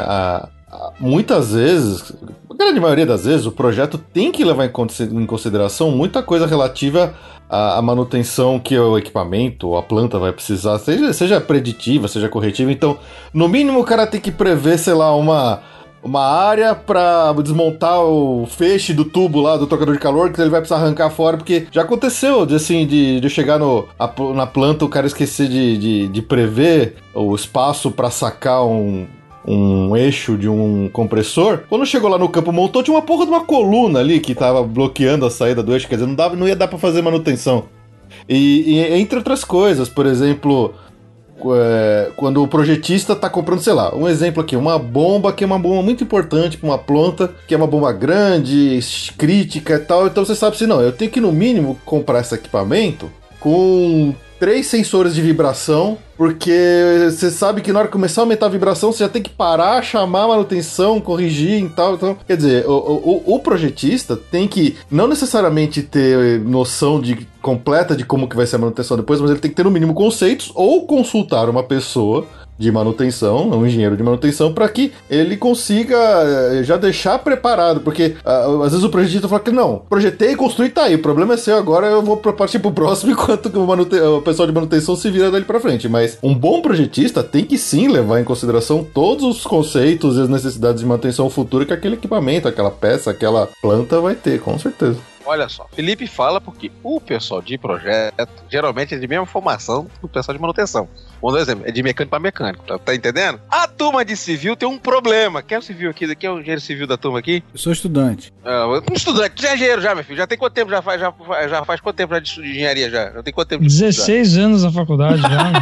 S4: muitas vezes, a grande maioria das vezes, o projeto tem que levar em consideração muita coisa relativa à manutenção que o equipamento ou a planta vai precisar, seja preditiva, seja corretiva. Então, no mínimo, o cara tem que prever, sei lá, uma área para desmontar o feixe do tubo lá do trocador de calor, que ele vai precisar arrancar fora, porque já aconteceu de chegar na planta, o cara esquecer de prever o espaço para sacar um eixo de um compressor. Quando chegou lá no campo, montou, tinha uma porra de uma coluna ali que tava bloqueando a saída do eixo, quer dizer, não ia dar pra fazer manutenção. E entre outras coisas, por exemplo, quando o projetista tá comprando, sei lá, um exemplo aqui, uma bomba que é uma bomba muito importante pra uma planta, que é uma bomba grande, crítica e tal, então você sabe assim, não, eu tenho que no mínimo comprar esse equipamento com 3 sensores de vibração, porque você sabe que na hora que começar a aumentar a vibração, você já tem que parar, chamar a manutenção, corrigir e tal. Então, quer dizer, o projetista tem que não necessariamente ter noção completa de como que vai ser a manutenção depois, mas ele tem que ter no mínimo conceitos ou consultar uma pessoa de manutenção, um engenheiro de manutenção, para que ele consiga já deixar preparado, porque às vezes o projetista fala que não, projetei e construí, tá aí, o problema é seu, agora eu vou partir pro próximo enquanto o pessoal de manutenção se vira dali pra frente. Mas um bom projetista tem que sim levar em consideração todos os conceitos e as necessidades de manutenção futura que aquele equipamento, aquela peça, aquela planta vai ter, com certeza.
S6: Olha só, Felipe fala porque o pessoal de projeto geralmente é de mesma formação do pessoal de manutenção. Vamos dar um exemplo, é de mecânico para mecânico, tá entendendo? A turma de civil tem um problema. Quem é o civil aqui? Quem é o engenheiro civil da turma aqui?
S2: Eu sou estudante.
S6: Um estudante, tu já é engenheiro já, meu filho? Já tem quanto tempo? Já faz quanto tempo de engenharia já? Já tem quanto tempo?
S5: 16 anos na faculdade já.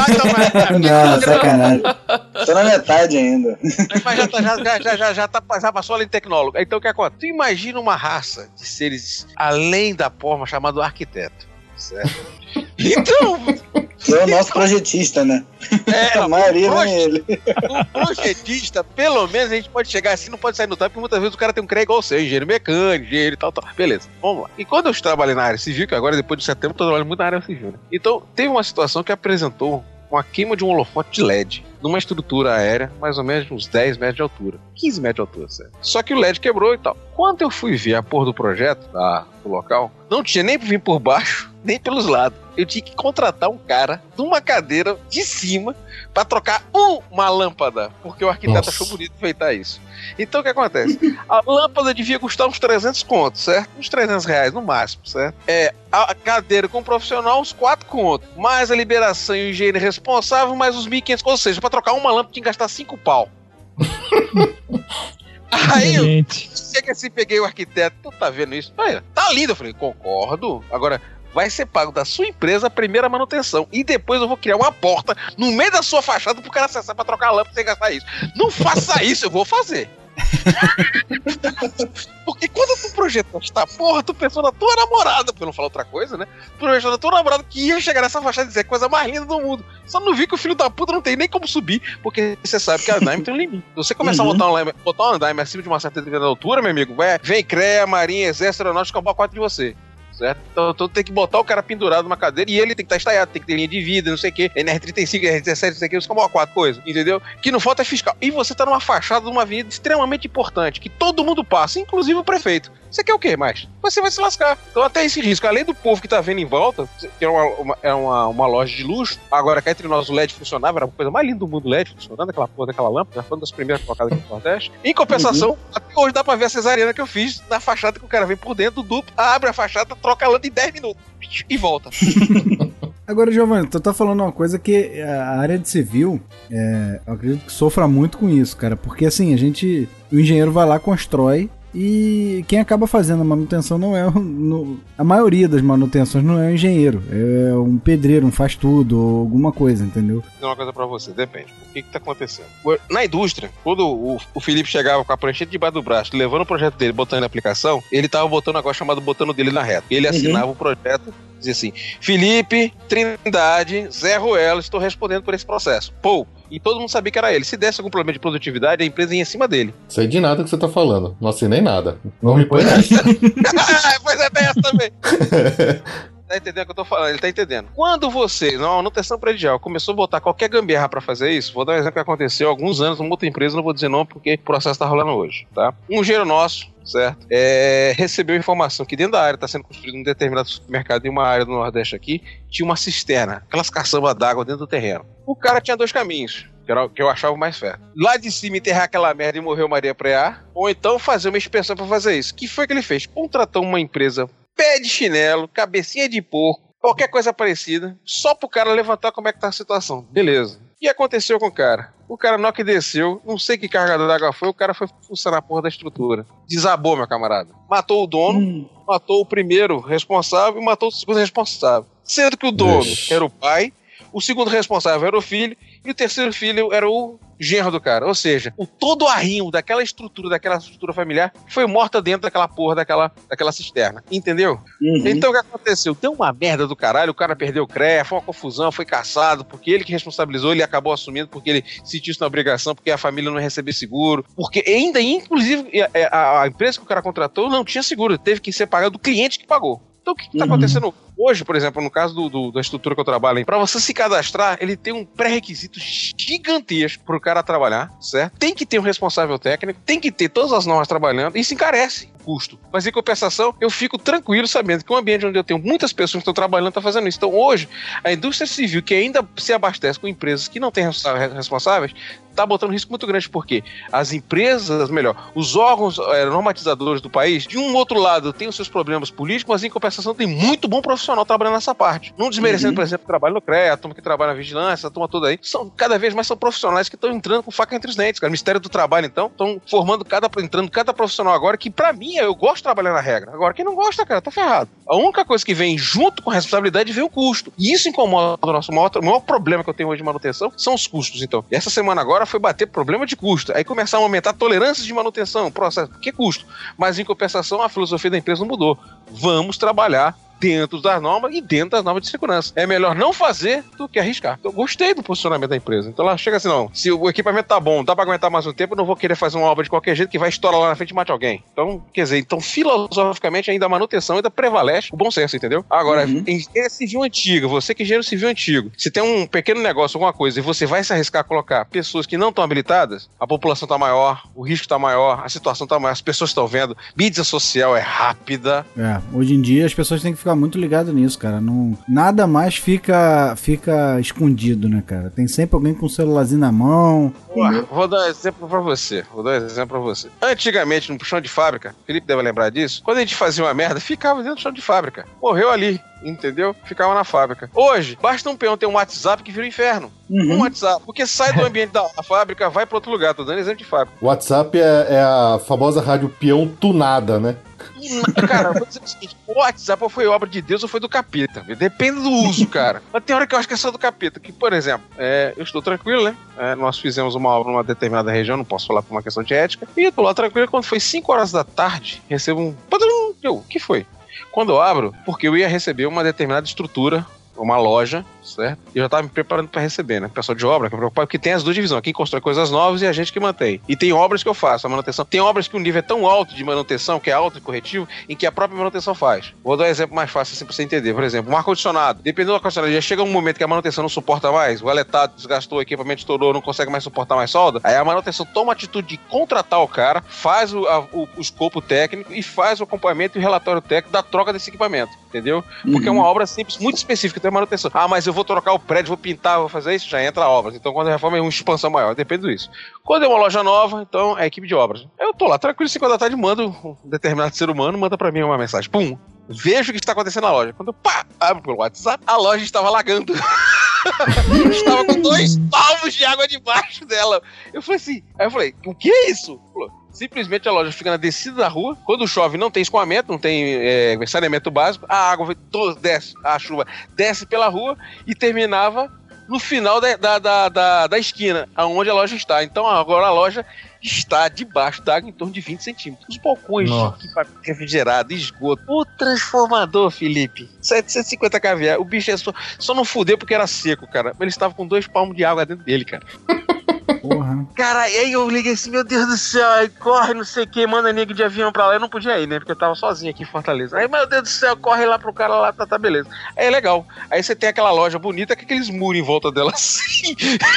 S7: Não, sacanagem. Tô na metade ainda.
S6: Mas já passou além de tecnólogo. Então o que acontece? Tu imagina uma raça de seres além da forma chamado arquiteto, certo? Então...
S7: É o nosso projetista, né? A maioria não é ele.
S6: O projetista, pelo menos a gente pode chegar assim, não pode sair no tempo, porque muitas vezes o cara tem um CREA igual o seu, engenheiro mecânico, engenheiro e tal. Beleza, vamos lá. E quando eu trabalhei na área civil, que agora depois de setembro eu tô trabalhando muito na área civil, né? Então, teve uma situação que apresentou uma queima de um holofote de LED numa estrutura aérea, mais ou menos uns 10 metros de altura, 15 metros de altura, certo? Só que o LED quebrou e tal. Quando eu fui ver a porra do projeto do local, não tinha nem vir por baixo, nem pelos lados. Eu tinha que contratar um cara de uma cadeira de cima pra trocar uma lâmpada, porque o arquiteto achou bonito feitar isso. Então o que acontece? A lâmpada devia custar uns 300 contos, certo? Uns 300 reais no máximo, certo? A cadeira com o profissional, uns 4 contos. Mais a liberação e o engenheiro responsável, mais os 1.500 contos. Ou seja, pra trocar uma lâmpada tinha que gastar 5 pau. Aí eu cheguei assim, peguei o arquiteto, tu tá vendo isso? Tá lindo. Eu falei, concordo. Agora, vai ser pago da sua empresa a primeira manutenção. E depois eu vou criar uma porta no meio da sua fachada pro cara acessar pra trocar a lâmpada sem gastar isso. Não faça isso, eu vou fazer. Porque quando tu projetou esta porra, tu pensou na tua namorada, pra não falar outra coisa, né? Tu pensou na tua namorada que ia chegar nessa fachada e dizer coisa mais linda do mundo. Só não vi que o filho da puta não tem nem como subir, porque você sabe que a andaime tem um limite. Se você começar a botar um andaime acima de uma certa altura, meu amigo, vem CREA, Marinha, Exército, Aeronáutica, roubar 4 de você. Certo? Então tem que botar o cara pendurado numa cadeira e ele tem que estar estaiado, tem que ter linha de vida, não sei o que, NR35, NR17, não sei o que, os caras 4 coisas, entendeu? Que não falta é fiscal. E você tá numa fachada de uma avenida extremamente importante, que todo mundo passa, inclusive o prefeito. Você quer o quê mais? Você vai se lascar. Então até esse risco, além do povo que tá vendo em volta, que é uma loja de luxo, agora cá entre nós o LED funcionava, era a coisa mais linda do mundo, o LED funcionando, aquela porra daquela lâmpada, foi uma das primeiras colocadas aqui no Nordeste. Em compensação, até hoje dá pra ver a cesariana que eu fiz na fachada, que o cara vem por dentro do duplo, abre a fachada, troca a lâmpada em 10 minutos e volta.
S2: Agora, Giovanni, tu tá falando uma coisa que a área de civil, eu acredito que sofra muito com isso, cara, porque assim, o engenheiro vai lá, constrói, e quem acaba fazendo a manutenção não é a maioria das manutenções não é o engenheiro, é um pedreiro, um faz-tudo ou alguma coisa, entendeu?
S6: Uma coisa pra você, depende. O que tá acontecendo? Na indústria, quando o Felipe chegava com a prancheta debaixo do braço, levando o projeto dele, botando em aplicação, ele tava botando um negócio chamado botando dele na reta. Ele assinava o projeto, dizia assim: Felipe, Trindade, Zé Ruelo, estou respondendo por esse processo. Pô! E todo mundo sabia que era ele. Se desse algum problema de produtividade, a empresa ia em cima dele.
S4: Sei de nada que você tá falando. Não assinei nada. Não me põe nessa.
S6: Pois é, tem essa também. Tá entendendo o que eu tô falando? Ele tá entendendo. Quando você, na manutenção predial, começou a botar qualquer gambiarra pra fazer isso, vou dar um exemplo que aconteceu há alguns anos numa outra empresa, não vou dizer não porque o processo tá rolando hoje, tá? Um engenheiro nosso, certo? Recebeu informação que dentro da área está sendo construído um determinado supermercado em uma área do Nordeste aqui, tinha uma cisterna, aquelas caçambas d'água dentro do terreno. O cara tinha 2 caminhos, que eu achava o mais certo. Lá de cima enterrar aquela merda e morrer o Maria Preá, ou então fazer uma inspeção para fazer isso. O que foi que ele fez? Contratou uma empresa pé de chinelo, cabecinha de porco, qualquer coisa parecida, só pro cara levantar como é que tá a situação. Beleza. O que aconteceu com o cara? O cara não que desceu, não sei que carga d'água foi, o cara foi funcionar a porra da estrutura. Desabou, meu camarada. Matou o dono, matou o primeiro responsável e matou o segundo responsável. Sendo que o dono era o pai, o segundo responsável era o filho e o terceiro filho era o genro do cara. Ou seja, todo o arrimo daquela estrutura familiar foi morta dentro daquela porra, daquela cisterna. Entendeu? Então o que aconteceu? Deu uma merda do caralho, o cara perdeu o CREA, foi uma confusão, foi caçado, porque ele que responsabilizou, ele acabou assumindo porque ele sentiu isso na obrigação, porque a família não recebeu seguro, porque ainda, inclusive, a empresa que o cara contratou não tinha seguro, teve que ser pagado do cliente que pagou. Então o que está acontecendo hoje, por exemplo, no caso da estrutura que eu trabalho, para você se cadastrar, ele tem um pré-requisito gigantesco para o cara trabalhar, certo? Tem que ter um responsável técnico, tem que ter todas as normas trabalhando, e isso encarece o custo. Mas em compensação, eu fico tranquilo sabendo que um ambiente onde eu tenho muitas pessoas que estão trabalhando está fazendo isso. Então hoje, a indústria civil, que ainda se abastece com empresas que não têm responsáveis, está botando um risco muito grande, porque as empresas, os órgãos normatizadores do país, de um outro lado, tem os seus problemas políticos, mas em compensação tem muito bom profissional trabalhando nessa parte. Não desmerecendo, por exemplo, o trabalho no CREA, a turma que trabalha na vigilância, a turma toda aí, cada vez mais são profissionais que estão entrando com faca entre os dentes, cara. O Ministério do Trabalho, então, estão formando entrando cada profissional agora, que pra mim, eu gosto de trabalhar na regra. Agora, quem não gosta, cara, tá ferrado. A única coisa que vem junto com a responsabilidade vem o custo. E isso incomoda o nosso maior problema que eu tenho hoje de manutenção, são os custos, então. E essa semana agora foi bater problema de custo. Aí começaram a aumentar tolerâncias de manutenção, processo. Que custo? Mas em compensação, a filosofia da empresa não mudou. Vamos trabalhar dentro das normas e dentro das normas de segurança. É melhor não fazer do que arriscar. Então, eu gostei do posicionamento da empresa. Então ela chega assim, não, se o equipamento tá bom, dá pra aguentar mais um tempo, eu não vou querer fazer uma obra de qualquer jeito que vai estourar lá na frente e mate alguém. Então, quer dizer, filosoficamente ainda a manutenção ainda prevalece o bom senso, entendeu? Agora, em engenharia civil antiga, você que é engenheiro civil antigo, se tem um pequeno negócio, alguma coisa, e você vai se arriscar a colocar pessoas que não estão habilitadas, a população tá maior, o risco tá maior, a situação tá maior, as pessoas estão vendo, mídia social é rápida.
S2: Hoje em dia as pessoas têm que ficar muito ligadas nisso, cara. Não, nada mais fica escondido, né, cara? Tem sempre alguém com o celularzinho na mão.
S6: Vou dar um exemplo pra você. Antigamente, no chão de fábrica, o Felipe deve lembrar disso, quando a gente fazia uma merda, ficava dentro do chão de fábrica. Morreu ali. Entendeu? Ficava na fábrica. Hoje, basta um peão ter um WhatsApp que vira um inferno. Um WhatsApp. Porque sai do ambiente da fábrica, vai pra outro lugar. Tô dando exemplo de fábrica.
S4: O WhatsApp é a famosa rádio peão tunada, né?
S6: Cara, vou dizer o seguinte: o WhatsApp foi obra de Deus ou foi do capeta? Depende do uso, cara. Mas tem hora que eu acho que é só do capeta. Que, por exemplo, eu estou tranquilo, né? Nós fizemos uma obra numa determinada região, não posso falar por uma questão de ética. E eu tô lá tranquilo, quando foi 5 horas da tarde, recebo um... O que foi? Quando eu abro, porque eu ia receber uma determinada estrutura uma loja, certo? E eu já tava me preparando pra receber, né? O pessoal de obra, que me preocupa, porque tem as duas divisões. Quem constrói coisas novas e a gente que mantém. E tem obras que eu faço, a manutenção. Tem obras que o nível é tão alto de manutenção, que é alto e corretivo, em que a própria manutenção faz. Vou dar um exemplo mais fácil assim pra você entender. Por exemplo, um ar-condicionado. Dependendo do ar-condicionado, já chega um momento que a manutenção não suporta mais, o aletado desgastou, o equipamento estourou, não consegue mais suportar mais solda. Aí a manutenção toma a atitude de contratar o cara, faz o escopo técnico e faz o acompanhamento e o relatório técnico da troca desse equipamento, entendeu? Porque é uma obra simples, muito específica, tem manutenção. Ah, mas eu vou trocar o prédio, vou pintar, vou fazer isso, já entra a obra. Então quando a reforma é uma expansão maior, depende disso. Quando é uma loja nova, então é a equipe de obras. Eu tô lá tranquilo, 5 da tarde, mando um determinado ser humano, manda pra mim uma mensagem. Pum! Vejo o que está acontecendo na loja. Quando eu abro pelo WhatsApp, a loja estava alagando. Estava com 2 palmos de água debaixo dela. Eu falei assim, aí eu falei, o que é isso? Simplesmente a loja fica na descida da rua. Quando chove não tem escoamento, não tem saneamento básico. A água desce, a chuva desce pela rua e terminava no final da esquina, aonde a loja está. Então agora a loja está debaixo da água em torno de 20 centímetros. Os balcões de refrigerado, esgoto. O transformador, Felipe, 750 kVA. O bicho só não fudeu porque era seco, cara. Ele estava com 2 palmos de água dentro dele, cara.
S2: Porra.
S6: Cara, aí eu liguei assim, meu Deus do céu, aí corre, não sei o que, manda nego de avião pra lá. Eu não podia ir, né, porque eu tava sozinho aqui em Fortaleza. Aí, meu Deus do céu, corre lá pro cara lá, tá beleza. Aí é legal. Aí você tem aquela loja bonita com aqueles muros em volta dela assim.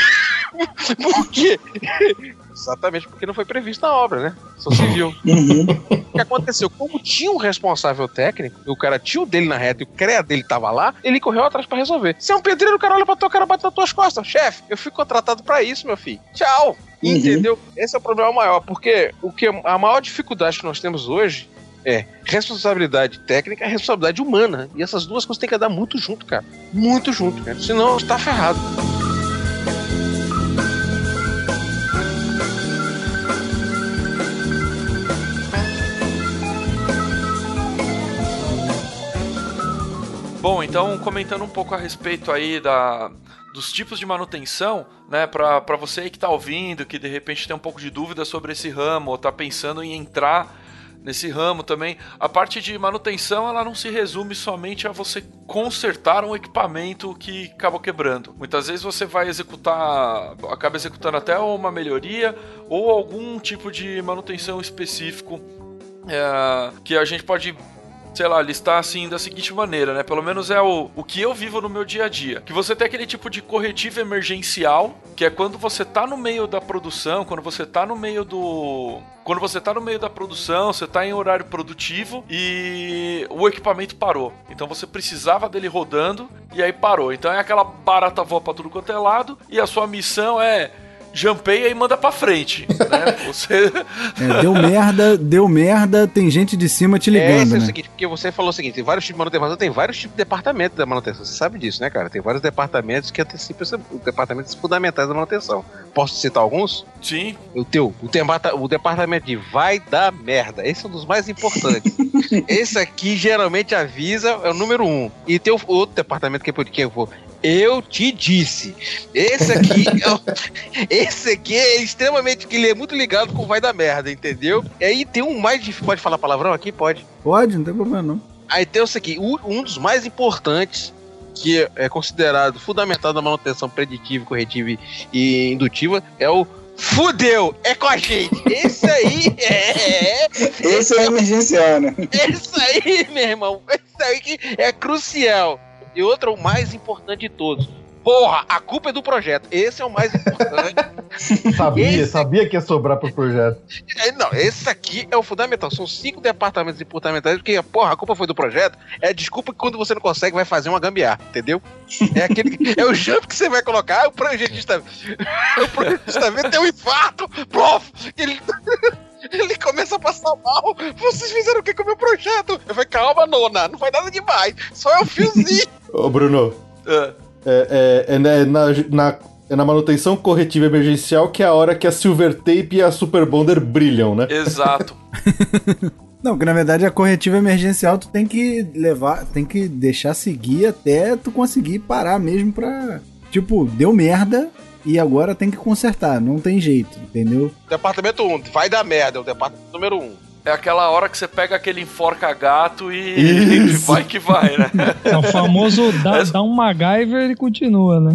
S6: Por quê? Exatamente porque não foi previsto na obra, né? Só se viu. O que aconteceu? Como tinha um responsável técnico, o cara tinha o dele na reta e o CREA dele tava lá, ele correu atrás pra resolver. Se é um pedreiro, o cara olha pra tua cara, bate nas tuas costas. Chefe, eu fui contratado pra isso, meu filho. Tchau. Entendeu? Esse é o problema maior, porque a maior dificuldade que nós temos hoje é responsabilidade técnica e responsabilidade humana. E essas duas coisas têm que andar muito junto, cara. Muito junto, cara. Senão tá ferrado.
S3: Bom, então comentando um pouco a respeito aí dos tipos de manutenção, né, pra você aí que tá ouvindo, que de repente tem um pouco de dúvida sobre esse ramo, ou tá pensando em entrar nesse ramo também, a parte de manutenção, ela não se resume somente a você consertar um equipamento que acabou quebrando. Muitas vezes você vai acaba executando até uma melhoria, ou algum tipo de manutenção específico, que a gente pode, sei lá, listar assim da seguinte maneira, né? Pelo menos é o que eu vivo no meu dia a dia. Que você tem aquele tipo de corretivo emergencial, que é quando você tá no meio da produção, quando você tá no meio da produção, você tá em horário produtivo e o equipamento parou. Então você precisava dele rodando e aí parou. Então é aquela barata voa pra tudo quanto é lado e a sua missão é jampeia e manda pra frente, né? Você...
S2: deu merda, tem gente de cima te ligando, né?
S6: É o seguinte, porque você falou o seguinte, tem vários tipos de manutenção, tem vários tipos de departamentos da manutenção, você sabe disso, né, cara? Tem vários departamentos que antecipam os departamentos fundamentais da manutenção. Posso citar alguns?
S3: Sim.
S6: O departamento de vai dar merda, esse é um dos mais importantes. Esse aqui geralmente avisa, é o número 1. E tem o outro departamento que eu vou... Eu te disse. Esse aqui é extremamente... Ele é muito ligado com o vai dar merda, entendeu? E aí tem um mais difícil... Pode falar palavrão aqui? Pode.
S2: Pode, não tem problema não.
S6: Aí tem esse aqui. Um dos mais importantes, que é considerado fundamental na manutenção preditiva, corretiva e indutiva, é o fudeu, é com a gente. Esse aí
S7: Esse é emergencial, né?
S6: Esse aí, meu irmão. Esse aí que é crucial. E outro, o mais importante de todos. Porra, a culpa é do projeto. Esse é o mais importante.
S4: Sabia que ia sobrar pro projeto.
S6: Não, esse aqui é o fundamental. São 5 departamentos importantes, porque, porra, a culpa foi do projeto. É desculpa que quando você não consegue, vai fazer uma gambiarra, entendeu? É o jump que você vai colocar. O projetista vê ter um infarto. Prof! Ele começa a passar mal. Vocês fizeram o que com o meu projeto? Eu falei, calma, nona, não vai nada demais. Só é o fiozinho.
S4: Ô, Bruno. Na manutenção corretiva emergencial que é a hora que a Silver Tape e a Super Bonder brilham, né?
S3: Exato.
S2: Não, porque na verdade a corretiva emergencial tu tem que deixar seguir até tu conseguir parar mesmo pra... Tipo, deu merda... E agora tem que consertar, não tem jeito, entendeu?
S6: Departamento 1, vai dar merda, é o departamento número 1.
S3: É aquela hora que você pega aquele enforca-gato e vai que vai, né?
S5: É o famoso dá um MacGyver e continua, né?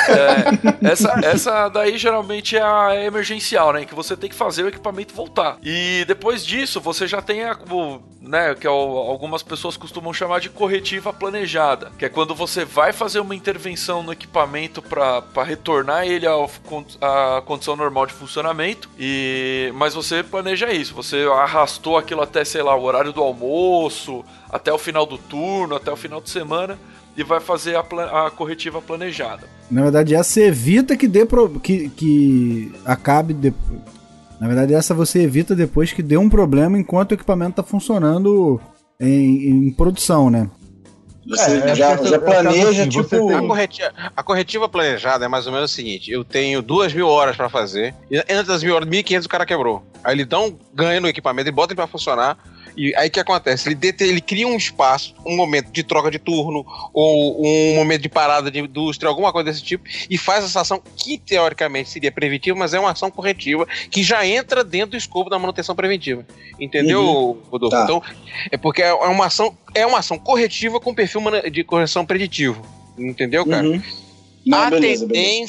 S3: Essa daí geralmente é a emergencial, né? Que você tem que fazer o equipamento voltar. E depois disso, você já tem né, que algumas pessoas costumam chamar de corretiva planejada, que é quando você vai fazer uma intervenção no equipamento para retornar ele à condição normal de funcionamento, mas você planeja isso, você arrastou aquilo até, sei lá, o horário do almoço, até o final do turno, até o final de semana, e vai fazer a corretiva planejada.
S2: Na verdade, essa evita que acabe depois. Na verdade, essa você evita depois que dê um problema enquanto o equipamento está funcionando em produção, né?
S7: Você já planeja, tipo...
S6: A corretiva planejada é mais ou menos o seguinte: eu tenho 2.000 horas para fazer, e antes das 1.000 horas, 1.500 o cara quebrou. Aí ele dá ganha no equipamento, ele bota ele para funcionar. E aí o que acontece? Ele cria um espaço, um momento de troca de turno, ou um momento de parada de indústria, alguma coisa desse tipo, e faz essa ação que teoricamente seria preventiva, mas é uma ação corretiva que já entra dentro do escopo da manutenção preventiva. Entendeu, Rodolfo? Tá. Então, é porque é uma ação corretiva com perfil de correção preditivo. Entendeu, cara? Não, beleza.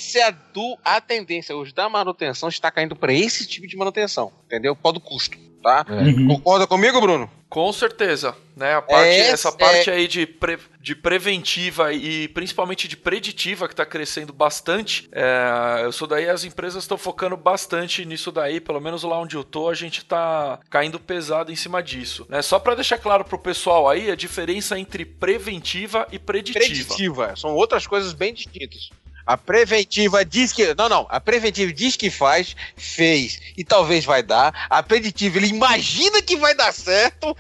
S6: A tendência hoje da manutenção está caindo para esse tipo de manutenção, entendeu? Por causa do custo, tá? Concorda comigo, Bruno?
S3: Com certeza, né? Essa parte aí de preventiva e principalmente de preditiva que está crescendo bastante, isso daí as empresas estão focando bastante nisso daí, pelo menos lá onde eu tô, a gente está caindo pesado em cima disso, né? Só para deixar claro pro pessoal aí a diferença entre preventiva e preditiva.
S6: São outras coisas bem distintas. A preventiva diz que... Não. A preventiva diz que fez e talvez vai dar. A preditiva, ele imagina que vai dar certo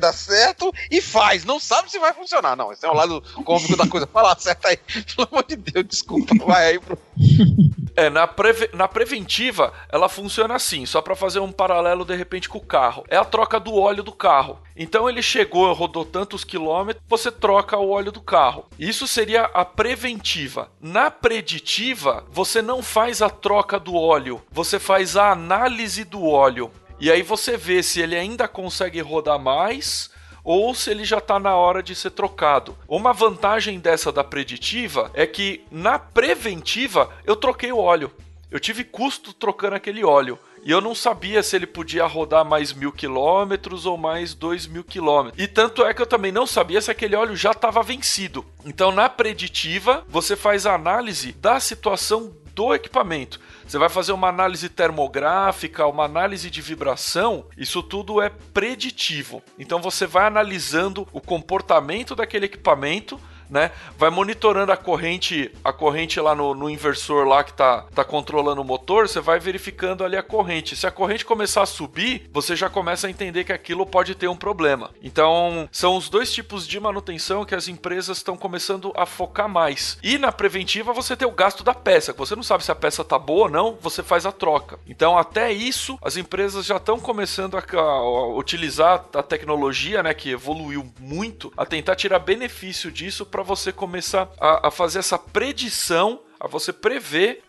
S6: e faz. Não sabe se vai funcionar. Não, esse é o lado cômico da coisa. Fala certo aí. Pelo amor de Deus, desculpa. Vai aí, Bruno.
S3: Na preventiva, ela funciona assim, só para fazer um paralelo de repente com o carro. É a troca do óleo do carro. Então ele rodou tantos quilômetros, você troca o óleo do carro. Isso seria a preventiva. Na preditiva, você não faz a troca do óleo, você faz a análise do óleo. E aí você vê se ele ainda consegue rodar mais ou se ele já está na hora de ser trocado. Uma vantagem dessa da preditiva é que na preventiva eu troquei o óleo. Eu tive custo trocando aquele óleo. E eu não sabia se ele podia rodar mais 1.000 quilômetros ou mais 2.000 quilômetros. E tanto é que eu também não sabia se aquele óleo já estava vencido. Então na preditiva você faz a análise da situação do equipamento. Você vai fazer uma análise termográfica, uma análise de vibração, isso tudo é preditivo. Então você vai analisando o comportamento daquele equipamento, né? Vai monitorando a corrente lá no inversor lá que tá controlando o motor, você vai verificando ali a corrente. Se a corrente começar a subir, você já começa a entender que aquilo pode ter um problema. Então, são os dois tipos de manutenção que as empresas estão começando a focar mais. E na preventiva você tem o gasto da peça, que você não sabe se a peça tá boa ou não, você faz a troca. Então, até isso, as empresas já estão começando a utilizar a tecnologia, né, que evoluiu muito, a tentar tirar benefício disso para você começar a fazer essa predição, a você prever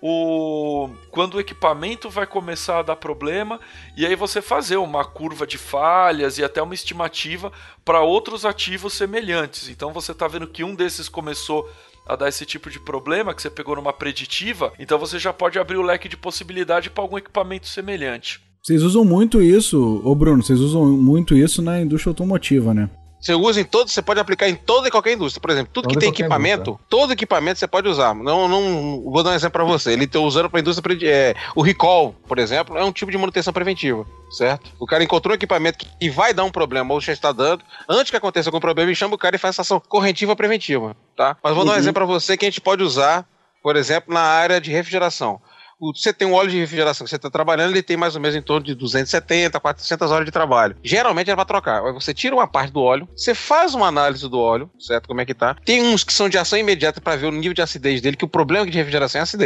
S3: quando o equipamento vai começar a dar problema, e aí você fazer uma curva de falhas e até uma estimativa para outros ativos semelhantes. Então você está vendo que um desses começou a dar esse tipo de problema, que você pegou numa preditiva, então você já pode abrir o leque de possibilidade para algum equipamento semelhante.
S2: Vocês usam muito isso, Bruno, vocês usam muito isso na indústria automotiva, né?
S6: Você usa você pode aplicar em toda e qualquer indústria. Por exemplo, tudo que tem equipamento, todo equipamento você pode usar. Não vou dar um exemplo para você. Ele está usando para a indústria, o recall, por exemplo, é um tipo de manutenção preventiva, certo? O cara encontrou um equipamento que vai dar um problema, ou já está dando, antes que aconteça algum problema, ele chama o cara e faz essa ação corretiva preventiva, tá? Mas vou dar um exemplo para você que a gente pode usar, por exemplo, na área de refrigeração. Você tem um óleo de refrigeração que você está trabalhando, ele tem mais ou menos em torno de 270, 400 horas de trabalho. Geralmente é para trocar. Aí você tira uma parte do óleo, você faz uma análise do óleo, certo? Como é que tá? Tem uns que são de ação imediata para ver o nível de acidez dele, que o problema de refrigeração é a acidez.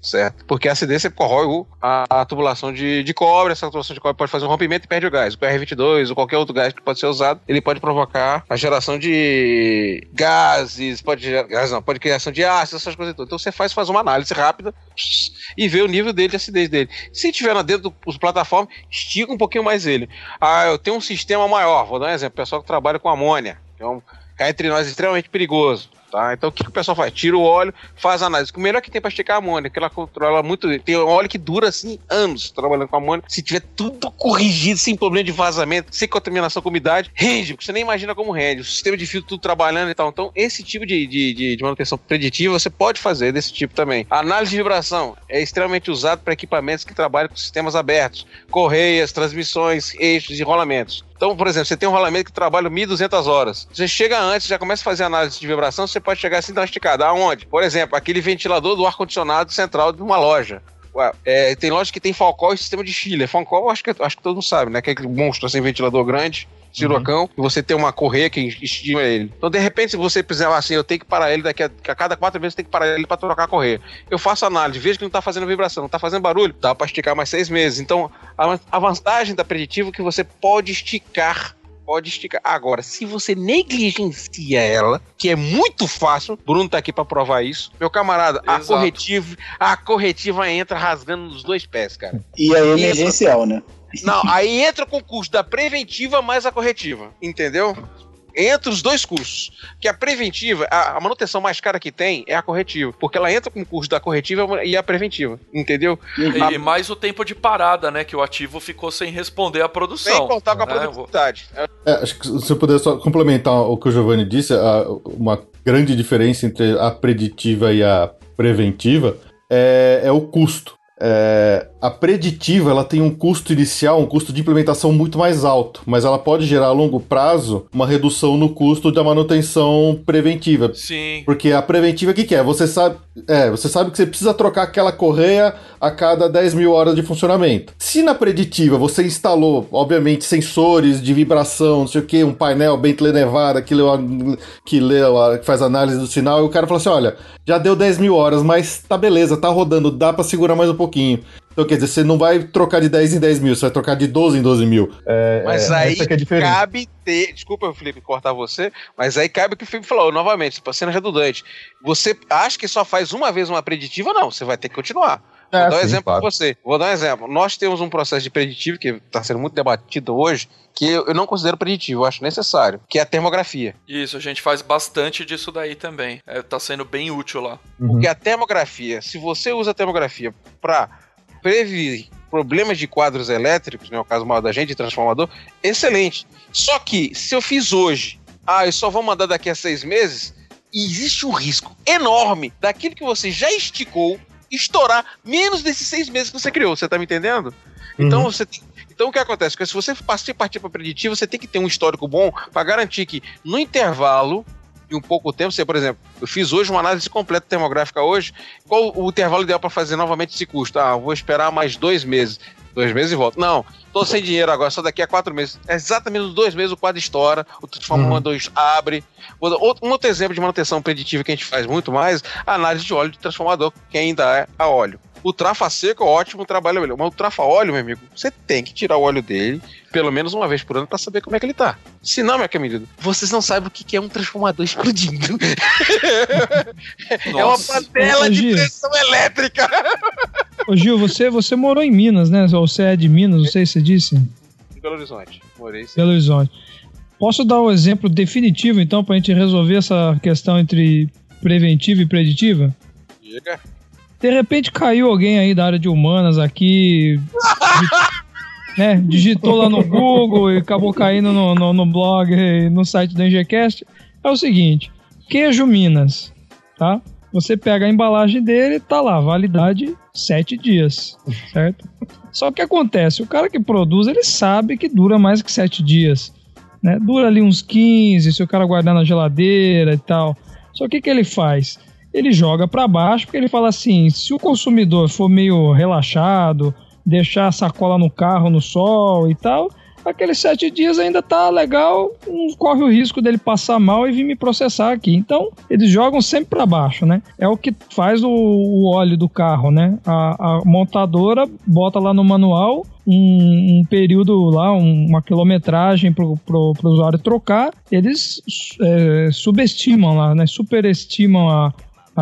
S6: certo? Porque a acidez corrói a tubulação de cobre, essa tubulação de cobre pode fazer um rompimento e perde o gás. O PR22 ou qualquer outro gás que pode ser usado, ele pode provocar a geração de gases, pode criação de ácidos, essas coisas todas. Então você faz uma análise rápida e vê o nível dele de acidez dele. Se tiver dentro da plataforma, estica um pouquinho mais ele. Eu tenho um sistema maior, vou dar um exemplo, pessoal que trabalha com amônia, que é cá entre nós extremamente perigoso. Tá? Então o que o pessoal faz? Tira o óleo, faz a análise. O melhor que tem para esticar a amônia, que ela controla muito. Tem óleo que dura assim anos trabalhando com amônia. Se tiver tudo corrigido, sem problema de vazamento, sem contaminação com umidade, rende, porque você nem imagina como rende. O sistema de filtro tudo trabalhando e tal. Então esse tipo de manutenção preditiva você pode fazer desse tipo também. A análise de vibração é extremamente usado para equipamentos que trabalham com sistemas abertos, correias, transmissões, eixos e rolamentos. Então, por exemplo, você tem um rolamento que trabalha 1.200 horas. Você chega antes, já começa a fazer análise de vibração, você pode chegar assim e dar uma esticada. Aonde? Por exemplo, aquele ventilador do ar-condicionado central de uma loja. Tem loja que tem Falcol e sistema de chiller. Falcol, acho que todo mundo sabe, né? Que é aquele monstro assim, ventilador grande, ciruracão, e você tem uma correia que estima ele. Então, de repente, se você precisar assim, eu tenho que parar ele a cada 4 meses, eu tenho que parar ele para trocar a correia. Eu faço análise, vejo que não tá fazendo vibração, não tá fazendo barulho, dá para esticar mais 6 meses. Então, a vantagem da preditiva é que você pode esticar. Agora, se você negligencia ela, que é muito fácil, Bruno tá aqui pra provar isso, meu camarada, a corretiva entra rasgando nos 2 pés, cara.
S7: E é emergencial, né?
S6: Não, aí entra com o custo da preventiva mais a corretiva, entendeu? Entre os 2 custos. Que a preventiva, a manutenção mais cara que tem é a corretiva, porque ela entra com o custo da corretiva e a preventiva, entendeu?
S3: E mais o tempo de parada, né? Que o ativo ficou sem responder à produção.
S6: Sem contar com a produtividade.
S4: Acho que se eu puder só complementar o que o Giovanni disse, uma grande diferença entre a preditiva e a preventiva é o custo. A preditiva ela tem um custo inicial, um custo de implementação muito mais alto, mas ela pode gerar a longo prazo uma redução no custo da manutenção preventiva.
S3: Sim.
S4: Porque a preventiva, o que é? Você sabe que você precisa trocar aquela correia a cada 10 mil horas de funcionamento. Se na preditiva você instalou, obviamente, sensores de vibração, não sei o que, um painel Bentley Nevada que faz análise do sinal, e o cara fala assim, olha, já deu 10 mil horas, mas tá beleza, tá rodando, dá pra segurar mais um pouquinho. Então, quer dizer, você não vai trocar de 10 em 10 mil, você vai trocar de 12 em 12 mil.
S6: Mas aí cabe ter... Desculpa, Felipe, cortar você, mas aí cabe o que o Felipe falou, novamente, sendo redundante. Você acha que só faz uma vez uma preditiva? Não, você vai ter que continuar. Vou dar um exemplo para você. Vou dar um exemplo. Nós temos um processo de preditivo, que está sendo muito debatido hoje, que eu não considero preditivo, eu acho necessário, que é a termografia.
S3: Isso, a gente faz bastante disso daí também. Tá sendo bem útil lá.
S6: Porque a termografia, se você usa a termografia para prever problemas de quadros elétricos, né, o caso maior da gente, de transformador, excelente. Só que, se eu fiz hoje, eu só vou mandar daqui a 6 meses, existe um risco enorme daquilo que você já esticou estourar menos desses 6 meses que você criou, você tá me entendendo? Então, então o que acontece? Porque se você partir para preditivo, você tem que ter um histórico bom para garantir que no intervalo de um pouco tempo, por exemplo, eu fiz hoje uma análise completa termográfica hoje, qual o intervalo ideal para fazer novamente esse custo? Vou esperar mais 2 meses. 2 meses e volto. Não, tô sem dinheiro agora, só daqui a 4 meses. Exatamente nos 2 meses o quadro estoura, o transformador 2 abre. Um outro exemplo de manutenção preditiva que a gente faz muito mais, a análise de óleo de transformador, que ainda é a óleo. O trafa seco é ótimo, trabalha melhor. Mas o trafa óleo, meu amigo, você tem que tirar o óleo dele pelo menos uma vez por ano pra saber como é que ele tá. Se não, minha querida, vocês não sabem o que é um transformador explodindo. É uma panela de pressão elétrica.
S5: Ô Gil, você morou em Minas, né? Ou você é de Minas, não sei se você disse.
S6: Em Belo Horizonte. Morei sim.
S5: Belo Horizonte. Posso dar um exemplo definitivo, então, pra gente resolver essa questão entre preventiva e preditiva?
S6: Diga.
S5: De repente caiu alguém aí da área de humanas aqui, digitou lá no Google e acabou caindo no blog e no site do NGCast. É o seguinte, queijo Minas, tá? Você pega a embalagem dele, tá lá, validade 7 dias, certo? Só que acontece, o cara que produz, ele sabe que dura mais que 7 dias, né? Dura ali uns 15, se o cara guardar na geladeira e tal. Só que o que ele faz? Ele joga para baixo, porque ele fala assim, se o consumidor for meio relaxado, deixar a sacola no carro, no sol e tal, aqueles 7 dias ainda tá legal, não corre o risco dele passar mal e vir me processar aqui. Então, eles jogam sempre para baixo, né? É o que faz o óleo do carro, né? A montadora bota lá no manual um período lá, uma quilometragem pro usuário trocar, eles subestimam lá, né? Superestimam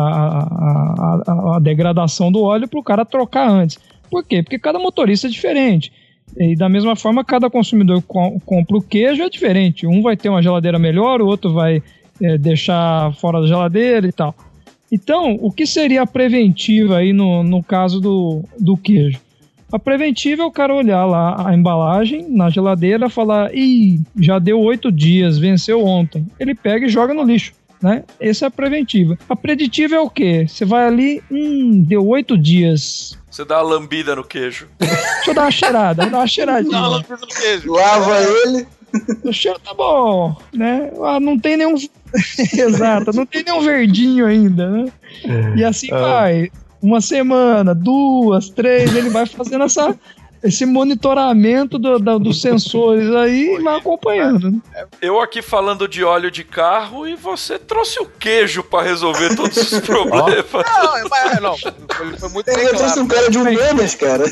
S5: a degradação do óleo pro cara trocar antes. Por quê? Porque cada motorista é diferente. E da mesma forma, cada consumidor compra o queijo é diferente. Um vai ter uma geladeira melhor, o outro vai deixar fora da geladeira e tal. Então, o que seria a preventiva aí no caso do queijo? A preventiva é o cara olhar lá a embalagem na geladeira e falar: ih, já deu 8 dias, venceu ontem. Ele pega e joga no lixo, né? Essa é a preventiva. A preditiva é o quê? Você vai ali, deu 8 dias.
S3: Você dá uma lambida no queijo.
S5: Deixa eu dar uma cheirada, dá uma cheiradinha.
S6: Dá uma lambida no queijo.
S7: Lava ele.
S5: O cheiro tá bom, né? Não tem nenhum... Exato, não tem nenhum verdinho ainda, né? E assim vai. 1 semana, 2, 3, ele vai fazendo esse monitoramento dos sensores aí e vai acompanhando. Né?
S3: Eu aqui falando de óleo de carro e você trouxe o queijo pra resolver todos os problemas.
S6: Não, foi muito bem
S7: Eu trouxe um cara de humanas, cara.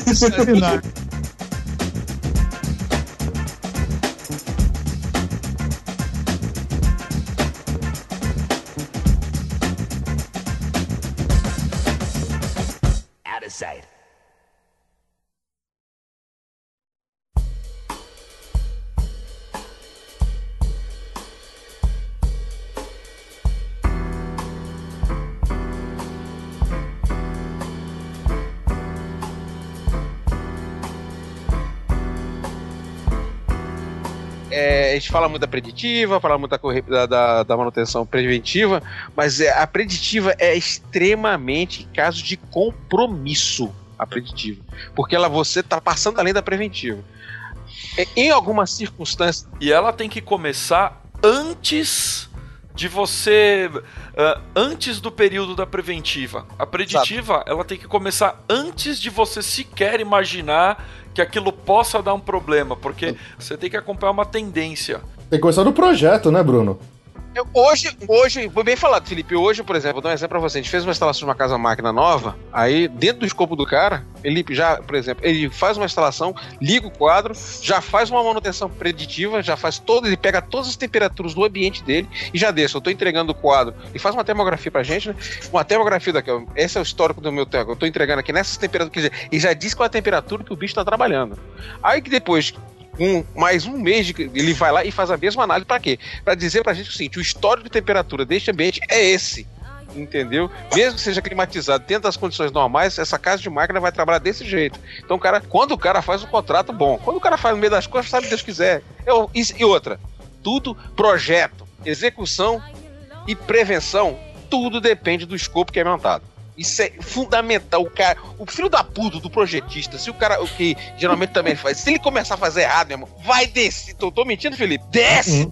S1: Out of sight.
S6: A gente fala muito da preditiva, fala muito da manutenção preventiva, mas a preditiva é extremamente caso de compromisso, a preditiva, porque você está passando além da preventiva. Em algumas circunstâncias...
S3: E ela tem que começar antes de você... antes do período da preventiva. A preditiva, exato, ela tem que começar antes de você sequer imaginar que aquilo possa dar um problema, porque você tem que acompanhar uma tendência.
S4: Tem que começar no projeto, né, Bruno?
S6: Hoje, foi bem falado, Felipe. Hoje, por exemplo, vou dar um exemplo pra você. A gente fez uma instalação de uma casa-máquina nova, aí dentro do escopo do cara, Felipe já, por exemplo, ele faz uma instalação, liga o quadro, já faz uma manutenção preditiva, já faz ele pega todas as temperaturas do ambiente dele e já deixa. Eu tô entregando o quadro e faz uma termografia pra gente, né? Uma termografia daqui, ó. Esse é o histórico do meu termo. Eu tô entregando aqui nessas temperaturas, quer dizer, e já diz qual é a temperatura que o bicho tá trabalhando. Aí que depois... mais um mês, ele vai lá e faz a mesma análise. Pra quê? Pra dizer pra gente o seguinte: o histórico de temperatura deste ambiente é esse, entendeu? Mesmo que seja climatizado dentro das condições normais, essa casa de máquina vai trabalhar desse jeito. Então, quando o cara faz um contrato bom, quando o cara faz no meio das coisas, sabe Deus quiser. E outra, tudo, projeto, execução e prevenção, tudo depende do escopo que é montado. Isso é fundamental. O filho da puta do projetista, se o cara, o que geralmente também faz, se ele começar a fazer errado, meu irmão, vai descer. Tô mentindo, Felipe? Desce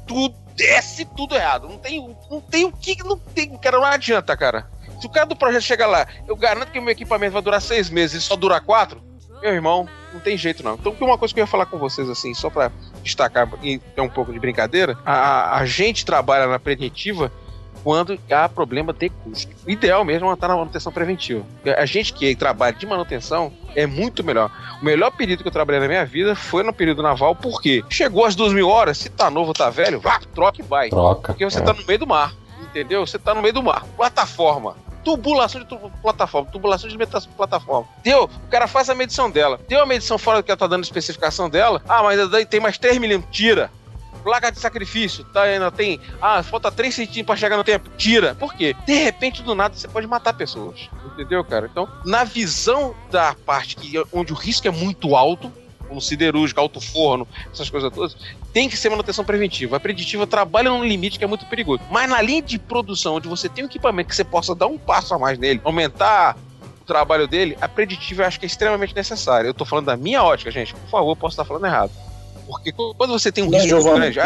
S6: tudo errado. Não tem o que, não tem, cara, não adianta, cara. Se o cara do projeto chegar lá, eu garanto que o meu equipamento vai durar 6 meses e só dura 4, meu irmão, não tem jeito não. Então, uma coisa que eu ia falar com vocês, assim, só pra destacar e ter um pouco de brincadeira, a gente trabalha na preventiva quando há problema de custo. O ideal mesmo é estar na manutenção preventiva. A gente que trabalha de manutenção é muito melhor. O melhor período que eu trabalhei na minha vida foi no período naval, porque chegou às 2.000 horas, se tá novo ou tá velho, vá, troca e vai. Porque você tá no meio do mar, entendeu? Você tá no meio do mar. Plataforma. Tubulação de plataforma, tubulação de alimentação de plataforma. O cara faz a medição dela. Deu a medição fora do que ela tá dando a especificação dela. Mas ainda tem mais 3 milímetros. Tira. Placa de sacrifício, tá? Ainda tem. Falta 3 centímetros pra chegar no tempo. Tira. Por quê? De repente, do nada, você pode matar pessoas. Entendeu, cara? Então, na visão da parte onde o risco é muito alto, como siderúrgica, alto forno, essas coisas todas, tem que ser manutenção preventiva. A preditiva trabalha num limite que é muito perigoso. Mas na linha de produção, onde você tem um equipamento que você possa dar um passo a mais nele, aumentar o trabalho dele, a preditiva eu acho que é extremamente necessária. Eu tô falando da minha ótica, gente. Por favor, eu posso estar falando errado. Porque quando você tem um risco grande...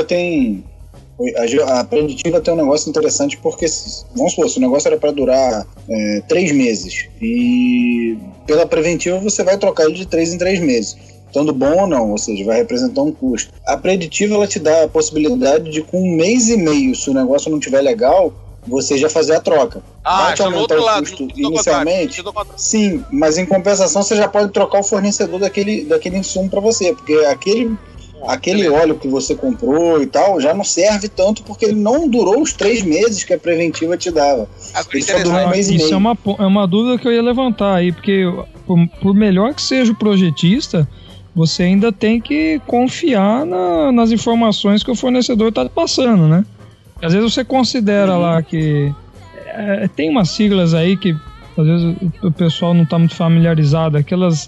S7: A preditiva tem um negócio interessante, porque, vamos supor, se o negócio era para durar 3 meses, e pela preventiva você vai trocar ele de 3 em 3 meses. estando bom ou não, ou seja, vai representar um custo. A preditiva, ela te dá a possibilidade de, com 1 mês e meio, se o negócio não estiver legal, você já fazer a troca. Vai te aumentar o custo inicialmente? Sim, mas em compensação você já pode trocar o fornecedor daquele insumo para você, porque aquele óleo que você comprou e tal, já não serve tanto porque ele não durou os 3 meses que a preventiva te dava. Ele só durou 1 mês e meio.
S5: Isso é uma dúvida que eu ia levantar aí, porque por melhor que seja o projetista, você ainda tem que confiar nas informações que o fornecedor está passando, né? Às vezes você considera lá que... tem umas siglas aí que às vezes o pessoal não está muito familiarizado, aquelas...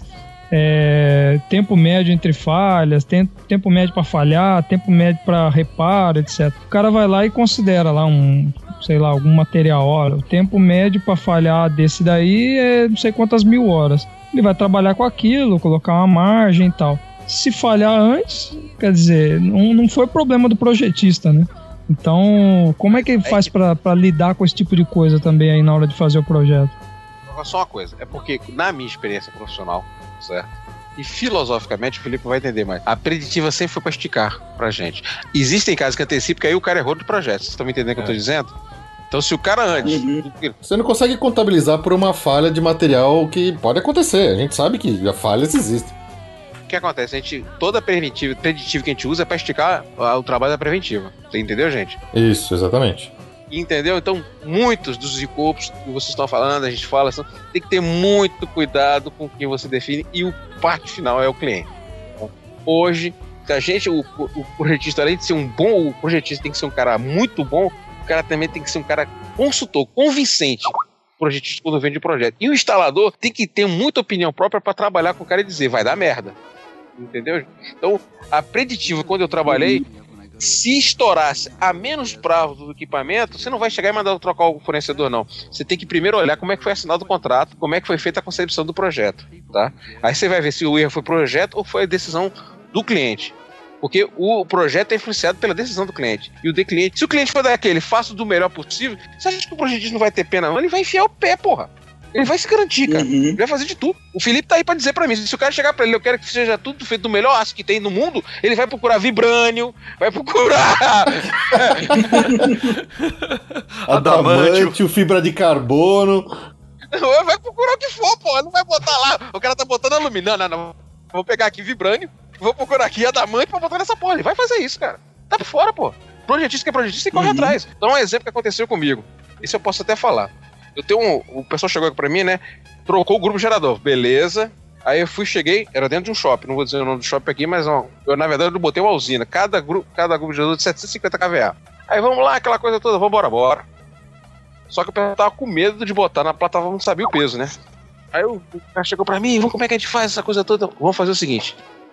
S5: tempo médio entre falhas, tempo médio para falhar, tempo médio para reparo, etc. O cara vai lá e considera lá algum material, o tempo médio para falhar desse daí é não sei quantas 1000 horas. Ele vai trabalhar com aquilo, colocar uma margem e tal. Se falhar antes, quer dizer, não foi problema do projetista, né? Então, como é que ele faz para lidar com esse tipo de coisa também aí na hora de fazer o projeto?
S6: Só uma coisa, é porque na minha experiência profissional, certo? E filosoficamente o Felipe vai entender mais. A preditiva sempre foi pra esticar pra gente. Existem casos que antecipam que aí o cara errou do projeto. Vocês estão me entendendo o que eu tô dizendo? Então se o cara antes...
S4: Você não consegue contabilizar por uma falha de material que pode acontecer. A gente sabe que falhas existem.
S6: O que acontece? Toda preditiva que a gente usa é pra esticar o trabalho da preventiva. Você entendeu, gente?
S4: Isso, exatamente.
S6: Entendeu? Então, muitos dos escopos que vocês estão falando, a gente fala, tem que ter muito cuidado com quem você define e o parte final é o cliente. Então, hoje, o projetista, além de ser um bom, o projetista tem que ser um cara muito bom, o cara também tem que ser um cara consultor, convincente, projetista quando vende o projeto. E o instalador tem que ter muita opinião própria para trabalhar com o cara e dizer, vai dar merda. Entendeu? Então, a preditiva, quando eu trabalhei, se estourasse a menos prazo do equipamento, você não vai chegar e mandar trocar o fornecedor, não. Você tem que primeiro olhar como é que foi assinado o contrato, como é que foi feita a concepção do projeto, tá? Aí você vai ver se o erro foi projeto ou foi a decisão do cliente. Porque o projeto é influenciado pela decisão do cliente. E o de cliente, se o cliente for daquele, faça do melhor possível, você acha que o projetista não vai ter pena, não? Ele vai enfiar o pé, porra. Ele vai se garantir, cara. Ele vai fazer de tudo. O Felipe tá aí pra dizer pra mim, se o cara chegar pra ele, eu quero que seja tudo feito do melhor aço que tem no mundo, ele vai procurar vibrânio, vai procurar
S4: adamantio, fibra de carbono.
S6: Vai procurar o que for, pô. Não vai botar lá. O cara tá botando alumínio. Não. Vou pegar aqui vibrânio, vou procurar aqui adamante pra botar nessa porra. Ele vai fazer isso, cara. Tá por fora, pô. Projetista que é projetista e corre atrás. Então é um exemplo que aconteceu comigo. Isso eu posso até falar. O pessoal chegou aqui pra mim, né? Trocou o grupo gerador, beleza. Aí eu cheguei, era dentro de um shopping, não vou dizer o nome do shopping aqui, mas ó, eu na verdade eu botei uma usina, cada grupo gerador de 750 kVA. Aí vamos lá, aquela coisa toda, bora. Só que eu tava com medo de botar na plataforma, não sabia o peso, né? Aí o cara chegou pra mim, como é que a gente faz essa coisa toda? Vamos fazer o seguinte,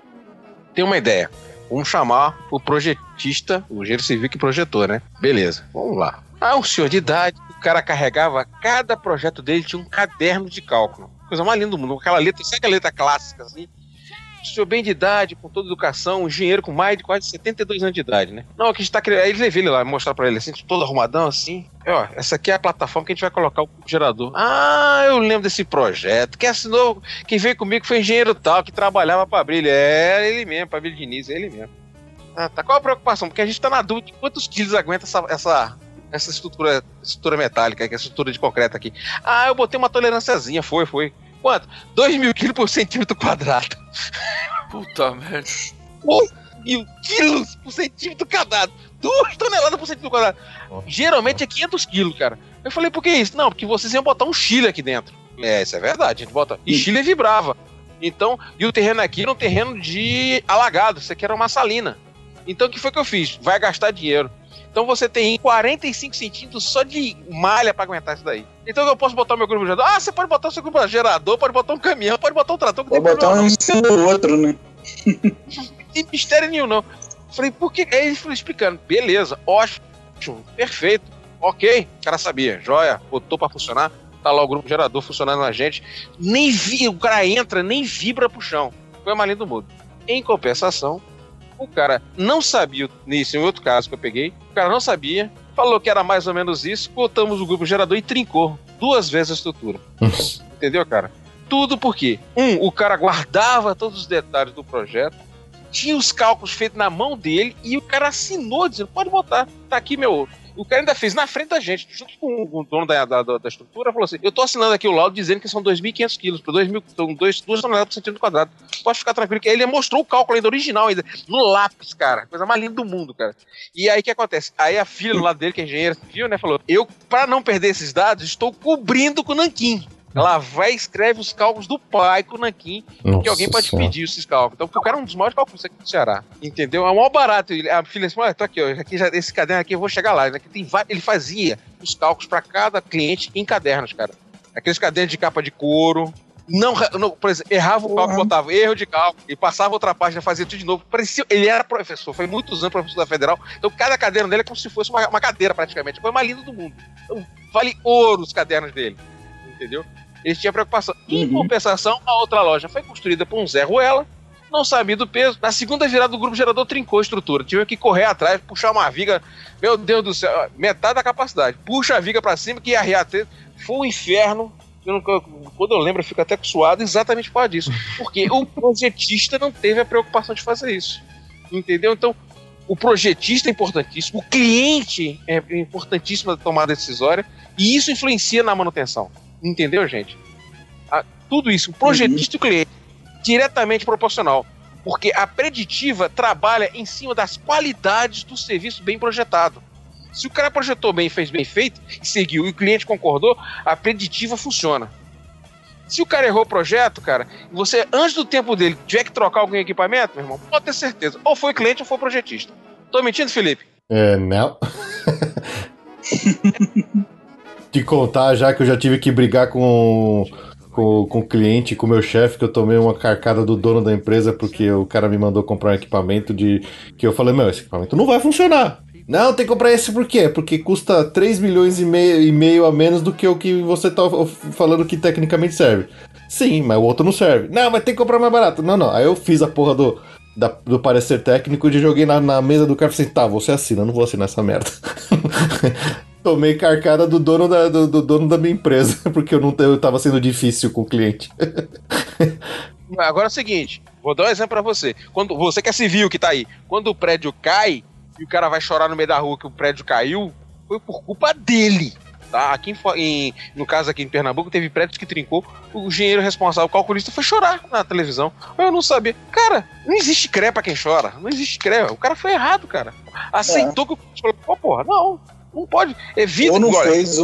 S6: tem uma ideia, vamos chamar o projetista, o engenheiro civil que projetou, né? Beleza, vamos lá. Ah, um senhor de idade, o cara carregava, cada projeto dele tinha um caderno de cálculo. Coisa mais linda do mundo, aquela letra, sabe aquela letra clássica assim? Senhor bem de idade, com toda educação, um engenheiro com mais de quase 72 anos de idade, né? Não, que a gente tá querendo. Aí ele levei ele lá, mostrar pra ele assim, todo arrumadão assim. Ó, essa aqui é a plataforma que a gente vai colocar o gerador. Ah, eu lembro desse projeto. Quem assinou, quem veio comigo foi engenheiro tal, que trabalhava pra Brilha. É ele mesmo, pra Brilha Diniz, é ele mesmo. Ah, tá, qual a preocupação? Porque a gente tá na dúvida de quantos quilos aguenta essa estrutura metálica, que é a estrutura de concreto aqui. Ah, eu botei uma tolerânciazinha, foi. Quanto? 2.000 quilos por centímetro quadrado.
S3: Puta merda.
S6: 2.000 quilos por centímetro quadrado. 2 toneladas por centímetro quadrado. Geralmente é 500 quilos, cara. Eu falei, por que isso? Não, porque vocês iam botar um chile aqui dentro. É, isso é verdade, a gente bota. E Chile vibrava. Então, e o terreno aqui era um terreno de alagado. Isso aqui era uma salina. Então, o que foi que eu fiz? Vai gastar dinheiro. Então você tem 45 centímetros só de malha pra aguentar isso daí. Então eu posso botar o meu grupo gerador? Ah, você pode botar o seu grupo gerador, pode botar um caminhão, pode botar um trator.
S7: Pode botar um em cima do outro, né?
S6: Não tem mistério nenhum, não. Falei, por que? Aí ele foi explicando. Beleza, ótimo, perfeito, ok. O cara sabia, joia, botou pra funcionar. Tá lá o grupo gerador funcionando na gente. O cara entra, nem vibra pro chão. Foi a mais linda do mundo. Em compensação, o cara não sabia, nisso, em outro caso que eu peguei, o cara não sabia, falou que era mais ou menos isso, botamos o grupo gerador e trincou 2 vezes a estrutura. Entendeu, cara? Tudo porque, o cara guardava todos os detalhes do projeto, tinha os cálculos feitos na mão dele e o cara assinou dizendo, pode botar, tá aqui meu ouro. O cara ainda fez na frente da gente, junto com o dono da estrutura, falou assim, eu tô assinando aqui o laudo dizendo que são 2.500 quilos, por 2 toneladas por centímetro quadrado. Pode ficar tranquilo, que ele mostrou o cálculo ainda original, ainda, no lápis, cara. Coisa mais linda do mundo, cara. E aí o que acontece? Aí a filha do lado dele, que é engenheira civil, né, falou, eu, pra não perder esses dados, estou cobrindo com o nanquim. Ela vai e escreve os cálculos do pai com o nanquim, que alguém pode pedir esses cálculos. Então, porque o cara é um dos maiores cálculos aqui do Ceará. Entendeu? É o maior barato. A filha disse, olha, tô aqui, ó, aqui já, esse caderno aqui eu vou chegar lá. Aqui tem ele fazia os cálculos para cada cliente em cadernos, cara. Aqueles cadernos de capa de couro. Não, por exemplo, errava o cálculo, botava erro de cálculo e passava outra página, fazia tudo de novo. Parecia, ele era professor, foi muitos anos professor da Federal. Então, cada caderno dele é como se fosse uma cadeira, praticamente. Foi o mais lindo do mundo. Então, vale ouro os cadernos dele. Entendeu? Eles tinham preocupação. Em compensação, a outra loja foi construída por um Zé Ruela, não sabia do peso. Na segunda virada do grupo gerador trincou a estrutura. Tive que correr atrás, puxar uma viga. Meu Deus do céu, metade da capacidade. Puxa a viga pra cima, que ia arriar. Foi um inferno. Quando eu lembro, eu fico até suado exatamente por causa disso. Porque o projetista não teve a preocupação de fazer isso. Entendeu? Então, o projetista é importantíssimo, o cliente é importantíssimo na tomada decisória, e isso influencia na manutenção. Entendeu, gente? Tudo isso, o projetista e o cliente, diretamente proporcional. Porque a preditiva trabalha em cima das qualidades do serviço bem projetado. Se o cara projetou bem, fez bem feito, e seguiu, e o cliente concordou, a preditiva funciona. Se o cara errou o projeto, cara, e você, antes do tempo dele, tiver que trocar algum equipamento, meu irmão, pode ter certeza. Ou foi cliente ou foi projetista. Tô mentindo, Felipe?
S4: Não. De contar já que eu já tive que brigar com o cliente, com o meu chefe, que eu tomei uma carcada do dono da empresa porque o cara me mandou comprar um equipamento que eu falei, esse equipamento não vai funcionar. Não, tem que comprar esse por quê? Porque custa 3 milhões e meio a menos do que o que você tá falando que tecnicamente serve. Sim, mas o outro não serve. Não, mas tem que comprar mais barato. Não. Aí eu fiz a porra do parecer técnico e joguei na mesa do cara e falei assim, tá, você assina, eu não vou assinar essa merda. Tomei carcada do dono da minha empresa, porque eu tava sendo difícil com o cliente.
S6: Agora é o seguinte, vou dar um exemplo pra você. Quando você que é civil que tá aí, quando o prédio cai e o cara vai chorar no meio da rua que o prédio caiu, foi por culpa dele. Tá? Aqui no caso aqui em Pernambuco, teve prédios que trincou, o engenheiro responsável, o calculista, foi chorar na televisão. Eu não sabia. Cara, não existe CRE pra quem chora. Não existe CRE. O cara foi errado, cara. Aceitou que o falou, porra, não pode. Evita.
S7: Ou não fez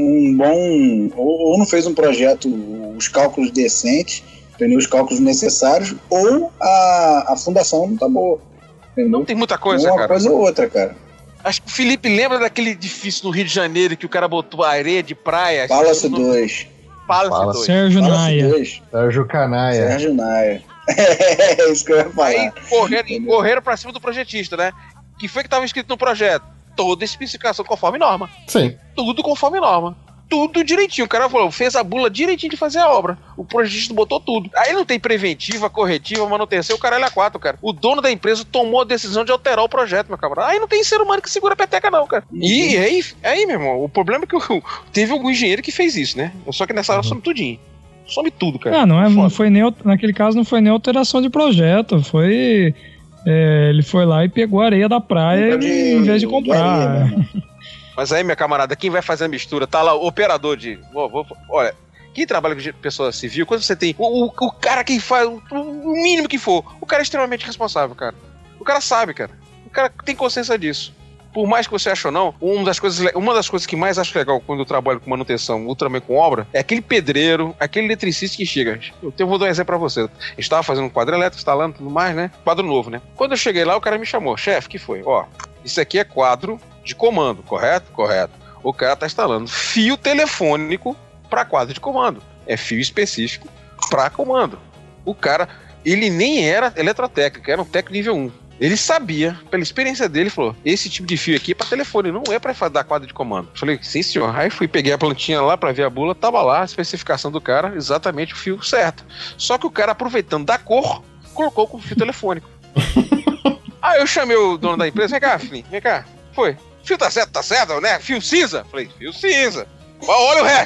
S7: ou não fez um projeto, os cálculos decentes, entendeu? Os cálculos necessários, ou a fundação não tá boa. Entendeu?
S6: Não tem muita coisa,
S7: uma
S6: cara.
S7: Uma coisa ou outra, cara.
S6: Acho que o Felipe lembra daquele edifício no Rio de Janeiro que o cara botou areia de praia.
S7: Palace 2.
S6: Palace 2.
S5: Sérgio Naia.
S4: Sérgio Canaia.
S7: Sérgio Naia. É isso que eu ia falar.
S6: Aí correram pra cima do projetista, né? Que foi que tava escrito no projeto? Toda especificação conforme norma.
S4: Sim.
S6: Tudo conforme norma. Tudo direitinho. O cara falou, fez a bula direitinho de fazer a obra. O projetista botou tudo. Aí não tem preventiva, corretiva, manutenção, o caralho é 4, cara. O dono da empresa tomou a decisão de alterar o projeto, meu camarada. Aí não tem ser humano que segura a peteca, não, cara. E aí, meu irmão, o problema é que teve algum engenheiro que fez isso, né? Só que nessa hora some tudinho. Some tudo, cara.
S5: Não foi nem, naquele caso não foi nem alteração de projeto, foi... ele foi lá e pegou a areia da praia em vez de comprar.
S6: Mas aí, minha camarada, quem vai fazer a mistura? Tá lá o operador de... Olha, quem trabalha com pessoa civil, quando você tem o cara que faz o mínimo que for, o cara é extremamente responsável, cara. O cara sabe, cara. O cara tem consciência disso. Por mais que você ache ou não, uma das coisas que mais acho legal quando eu trabalho com manutenção, ou também com obra, é aquele pedreiro, aquele eletricista que chega. Eu vou dar um exemplo pra você. A gente tava fazendo um quadro elétrico, instalando tudo mais, né? Quadro novo, né? Quando eu cheguei lá, o cara me chamou. Chefe, que foi? Isso aqui é quadro de comando, correto? Correto. O cara tá instalando fio telefônico para quadro de comando. É fio específico para comando. O cara, ele nem era eletrotécnico, era um técnico nível 1. Ele sabia, pela experiência dele, falou, esse tipo de fio aqui é para telefone, não é para dar quadro de comando. Eu falei, sim senhor. Aí peguei a plantinha lá para ver a bula, tava lá a especificação do cara, exatamente o fio certo. Só que o cara, aproveitando da cor, colocou com fio telefônico. Aí eu chamei o dono da empresa, vem cá, filhinho, vem cá. Foi. Fio tá certo, né? Fio cinza? Falei, fio cinza. Olha o resto.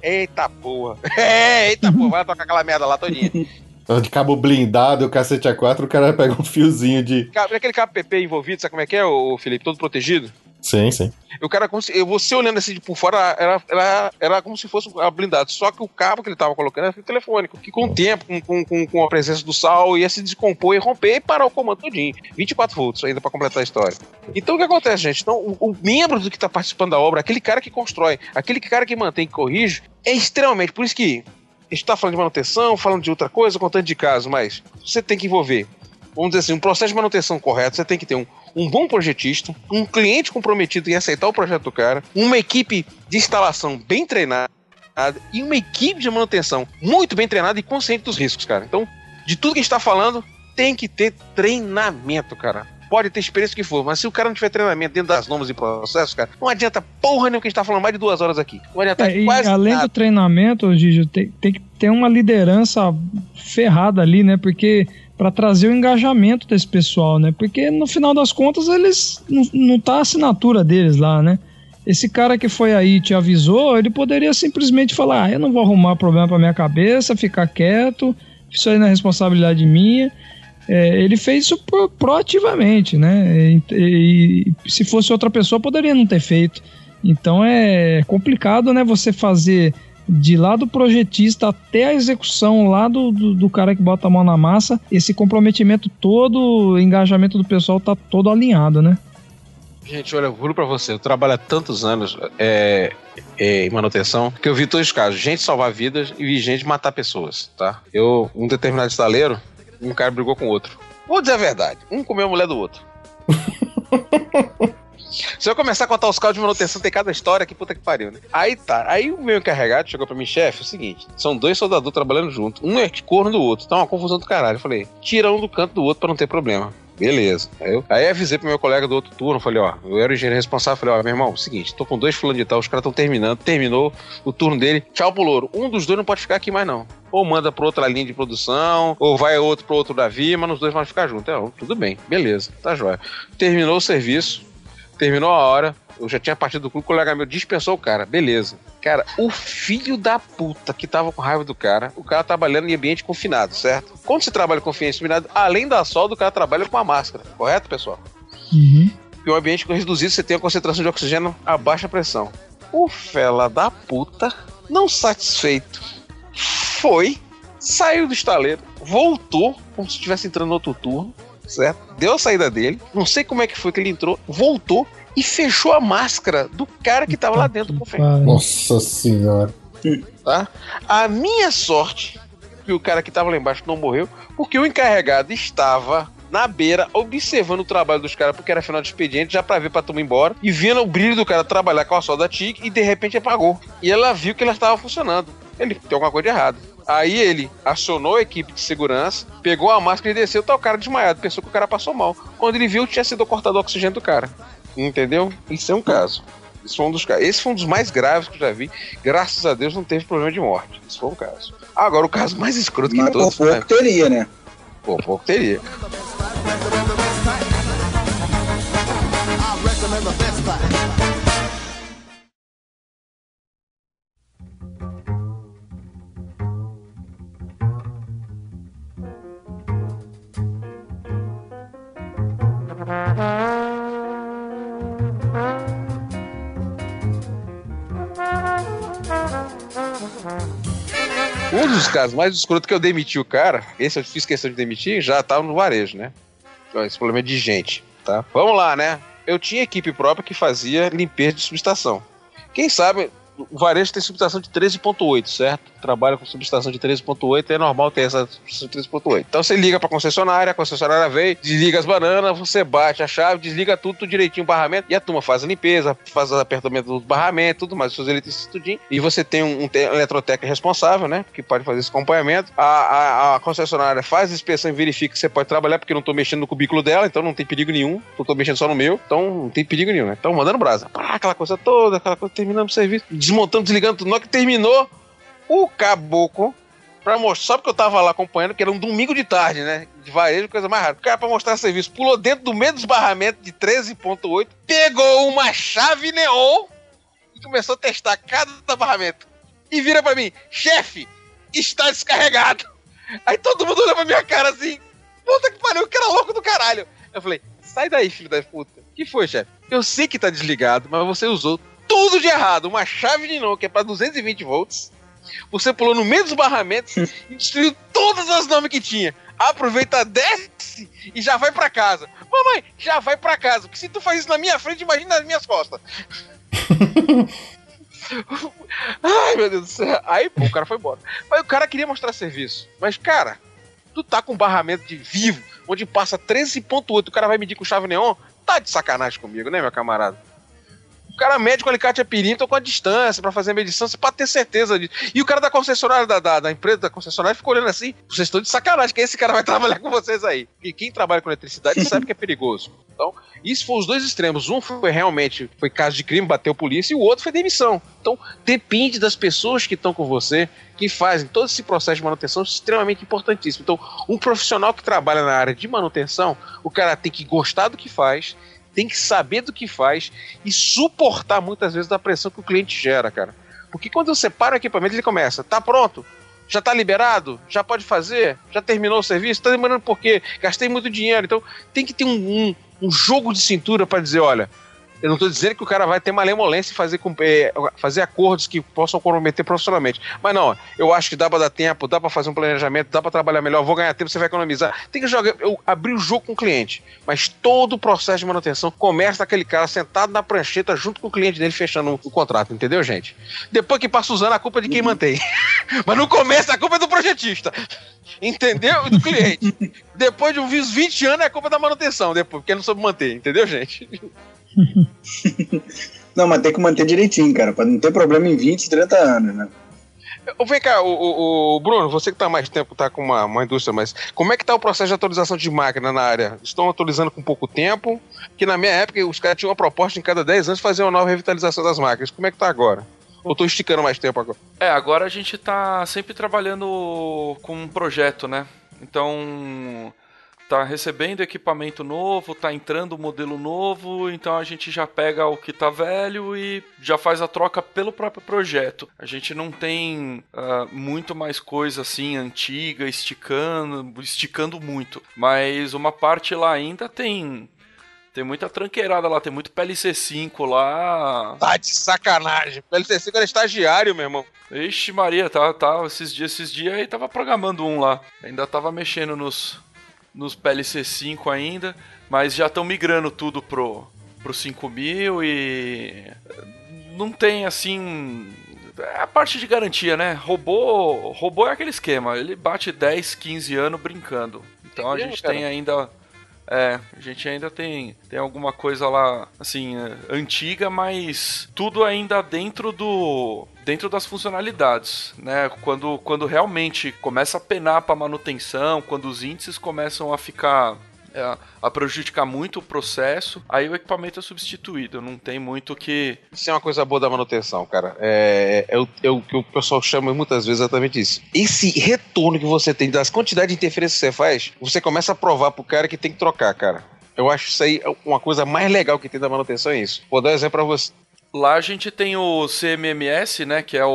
S6: Eita porra, vai tocar aquela merda lá todinha.
S4: De cabo blindado, o cacete A4, o cara pega um fiozinho de...
S6: Aquele cabo PP envolvido, sabe como é que é, o Felipe? Todo protegido?
S4: Sim.
S6: O cara, você olhando assim de por fora, era como se fosse um blindado. Só que o cabo que ele tava colocando era telefônico. Que com o tempo, com a presença do sal, ia se descompor e romper e parar o comando todinho. 24 volts ainda pra completar a história. Então o que acontece, gente? Então, o membro do que tá participando da obra, aquele cara que constrói, aquele cara que mantém, que corrige, é extremamente... Por isso que a gente tá falando de manutenção, falando de outra coisa, contando de caso, mas você tem que envolver, vamos dizer assim, um processo de manutenção correto, você tem que ter um bom projetista, um cliente comprometido em aceitar o projeto do cara, uma equipe de instalação bem treinada e uma equipe de manutenção muito bem treinada e consciente dos riscos, cara. Então, de tudo que a gente tá falando, tem que ter treinamento, cara. Pode ter experiência que for, mas se o cara não tiver treinamento dentro das normas e processos, cara, não adianta porra nenhuma que a gente tá falando mais de 2 horas aqui. Não adianta quase
S5: além
S6: nada.
S5: do treinamento, Gigi, tem que ter uma liderança ferrada ali, né? Porque para trazer o engajamento desse pessoal, né? Porque no final das contas eles não tá a assinatura deles lá, né? Esse cara que foi aí e te avisou, ele poderia simplesmente falar: eu não vou arrumar problema pra minha cabeça, ficar quieto, isso aí não é responsabilidade minha. Ele fez isso proativamente, né? E se fosse outra pessoa, poderia não ter feito. Então é complicado, né? Você fazer de lá do projetista até a execução lá do cara que bota a mão na massa, esse comprometimento todo, o engajamento do pessoal tá todo alinhado, né?
S6: Gente, olha, eu juro pra você, eu trabalho há tantos anos em manutenção, que eu vi todos os casos, gente salvar vidas e vi gente matar pessoas, tá? Um determinado estaleiro, um cara brigou com o outro. Vou dizer a verdade, um comeu a mulher do outro. Se eu começar a contar os casos de manutenção, tem cada história, que puta que pariu, né? Aí o meu encarregado chegou pra mim: chefe, é o seguinte, são 2 soldadores trabalhando junto, um é corno do outro, tá uma confusão do caralho. Eu falei: tira um do canto do outro pra não ter problema. Beleza. Aí avisei pro meu colega do outro turno, falei: eu era o engenheiro responsável, falei: meu irmão, é o seguinte, tô com 2 fulano de tal, os caras estão terminou o turno dele, tchau pro louro, um dos 2 não pode ficar aqui mais não. Ou manda pra outra linha de produção, ou vai outro pro outro navio, mas os 2 vão ficar juntos. Tudo bem, beleza, tá jóia. Terminou o serviço, terminou a hora, eu já tinha partido do clube, o colega meu dispensou o cara, beleza. Cara, o filho da puta que tava com raiva do cara, o cara trabalhando em ambiente confinado, certo? Quando você trabalha com ambiente confinado, além da solda, o cara trabalha com a máscara, correto, pessoal?
S5: Uhum.
S6: E um ambiente reduzido, você tem a concentração de oxigênio a baixa pressão. O fela da puta, não satisfeito, saiu do estaleiro, voltou, como se estivesse entrando no outro turno, certo? Deu a saída dele, não sei como é que foi que ele entrou, voltou e fechou a máscara do cara que tava lá dentro do cofre.
S4: Nossa senhora.
S6: Tá? A minha sorte, que o cara que tava lá embaixo não morreu, porque o encarregado estava na beira, observando o trabalho dos caras, porque era final de expediente, já pra ver pra turma ir embora, e vendo o brilho do cara trabalhar com a solda TIG, e de repente apagou. E ela viu que ela estava funcionando. Ele tem alguma coisa de errado. Aí ele acionou a equipe de segurança, pegou a máscara e desceu, tá o cara desmaiado, pensou que o cara passou mal. Quando ele viu, tinha sido cortado o oxigênio do cara. Entendeu? Isso é um caso. Esse foi um dos mais graves que eu já vi. Graças a Deus não teve problema de morte. Isso foi um caso. Agora, o caso mais escroto que todos...
S7: Por pouco teria, né?
S6: Por pouco teria. Um dos casos mais escrotos que eu demiti o cara, esse eu fiz questão de demitir, já tava no varejo, né? Esse problema é de gente, tá? Vamos lá, né? Eu tinha equipe própria que fazia limpeza de subestação. Quem sabe, o varejo tem subestação de 13.8, certo? Trabalha com subestação de 13.8, é normal ter essa subestação de 13.8. Então você liga pra concessionária, a concessionária vem, desliga as bananas, você bate a chave, desliga tudo direitinho o barramento, e a turma faz a limpeza, faz o apertamento do barramento, tudo mais, seus eletricistas tudinho. E você tem um eletrotécnico responsável, né? Que pode fazer esse acompanhamento. A concessionária faz a inspeção e verifica que você pode trabalhar, porque eu não tô mexendo no cubículo dela, então não tem perigo nenhum. Eu tô mexendo só no meu, então não tem perigo nenhum, né? Então mandando brasa. Aquela coisa toda, terminando o serviço, desmontando, desligando tudo. Na hora que terminou, o caboclo, pra mostrar, só porque eu tava lá acompanhando, que era um domingo de tarde, né? De varejo, coisa mais rara. O cara, pra mostrar serviço, pulou dentro do meio dos barramentos de 13.8, pegou uma chave neon e começou a testar cada barramento. e vira pra mim, chefe, está descarregado. Aí todo mundo olha pra minha cara assim, puta que pariu, que era louco do caralho. Eu falei, sai daí, filho da puta. O que foi, chefe? Eu sei que tá desligado, mas você usou tudo de errado. Uma chave de novo que é pra 220 volts. Você pulou no meio dos barramentos e destruiu todas as normas que tinha. Aproveita, desce e já vai pra casa. Mamãe, já vai pra casa. Porque se tu faz isso na minha frente, imagina nas minhas costas. Ai, meu Deus do céu. Aí, pô, o cara foi embora. Mas o cara queria mostrar serviço. Mas, cara, tu tá com um barramento de vivo, onde passa 13.8, o cara vai medir com chave neon? Tá de sacanagem comigo, né, meu camarada? O cara mede com alicate a pirinto com a distância pra fazer a medição, pra ter certeza disso. E o cara da concessionária, da empresa da concessionária, ficou olhando assim, vocês estão de sacanagem, que esse cara vai trabalhar com vocês aí. E quem trabalha com eletricidade sabe que é perigoso. Então, isso foi os dois extremos. Um foi caso de crime, bateu polícia, e o outro foi demissão. Então, depende das pessoas que estão com você, que fazem todo esse processo de manutenção extremamente importantíssimo. Então, um profissional que trabalha na área de manutenção, o cara tem que gostar do que faz, tem que saber do que faz e suportar muitas vezes a pressão que o cliente gera, cara. Porque quando você para o equipamento, ele começa, tá pronto? Já tá liberado? Já pode fazer? Já terminou o serviço? Tá demorando por quê? Gastei muito dinheiro. Então tem que ter um jogo de cintura para dizer, olha, eu não tô dizendo que o cara vai ter malemolência e fazer acordos que possam comprometer profissionalmente. Mas não, eu acho que dá pra dar tempo, dá pra fazer um planejamento, dá pra trabalhar melhor, vou ganhar tempo, você vai economizar. Tem que abrir o jogo com o cliente. Mas todo o processo de manutenção começa daquele cara sentado na prancheta junto com o cliente dele fechando o contrato, entendeu, gente? Depois que passa usando, a culpa é de quem mantém. Mas no começo a culpa é do projetista. Entendeu? E do cliente. Depois de uns 20 anos é a culpa da manutenção, depois, porque não soube manter, entendeu, gente?
S7: Não, mas tem que manter direitinho, cara, pra não ter problema em 20, 30 anos, né?
S6: Vem cá, o Bruno, você que tá há mais tempo, tá com uma indústria, mas como é que tá o processo de atualização de máquina na área? Estão atualizando com pouco tempo? Que na minha época os caras tinham uma proposta em cada 10 anos fazer uma nova revitalização das máquinas. Como é que tá agora? Ou tô esticando mais tempo agora?
S3: Agora a gente tá sempre trabalhando com um projeto, né? Então, tá recebendo equipamento novo, tá entrando modelo novo, então a gente já pega o que tá velho e já faz a troca pelo próprio projeto. A gente não tem muito mais coisa assim, antiga, esticando muito. Mas uma parte lá ainda tem muita tranqueirada lá, tem muito PLC5 lá.
S6: Tá de sacanagem. PLC5 era estagiário, meu irmão.
S3: Ixi Maria, tá esses dias aí tava programando um lá. Ainda tava mexendo nos PLC5 ainda, mas já estão migrando tudo pro 5000 e não tem assim a parte de garantia, né? Robô é aquele esquema, ele bate 10, 15 anos brincando. Então a gente tem ainda a gente ainda tem alguma coisa lá, assim, antiga, mas tudo ainda dentro das funcionalidades, né? Quando realmente começa a penar para manutenção, quando os índices começam a ficar a prejudicar muito o processo, aí o equipamento é substituído, não tem muito que...
S6: Isso é uma coisa boa da manutenção, cara. É o que o pessoal chama muitas vezes exatamente isso. Esse retorno que você tem das quantidades de interferência que você faz, você começa a provar pro cara que tem que trocar, cara. Eu acho isso aí uma coisa mais legal que tem da manutenção, é isso. Vou dar um exemplo pra você.
S3: Lá a gente tem o CMMS, né, que é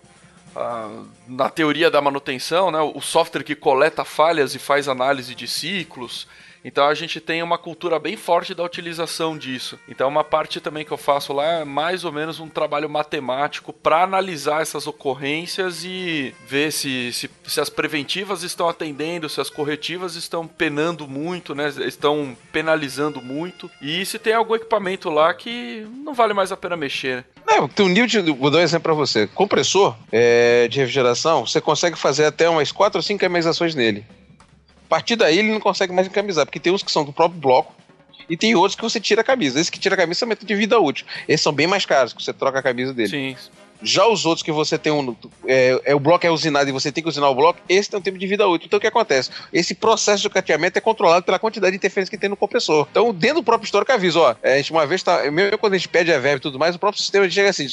S3: na teoria da manutenção, né, o software que coleta falhas e faz análise de ciclos. Então a gente tem uma cultura bem forte da utilização disso. Então uma parte também que eu faço lá é mais ou menos um trabalho matemático para analisar essas ocorrências e ver se as preventivas estão atendendo, se as corretivas estão penando muito, né? Estão penalizando muito. E se tem algum equipamento lá que não vale mais a pena mexer.
S6: Tem um nível vou dar um exemplo para você. Compressor de refrigeração, você consegue fazer até umas 4 ou 5 amenizações nele. A partir daí ele não consegue mais encamisar, porque tem uns que são do próprio bloco e tem outros que você tira a camisa. Esses que tira a camisa são método de vida útil. Esses são bem mais caros, que você troca a camisa dele.
S3: Sim.
S6: Já os outros que você tem o bloco é usinado e você tem que usinar o bloco, esse tem um tempo de vida útil. Então o que acontece? Esse processo de cateamento é controlado pela quantidade de interferência que tem no compressor. Então dentro do próprio histórico avisa, a gente uma vez mesmo quando a gente pede a verba e tudo mais, o próprio sistema chega assim,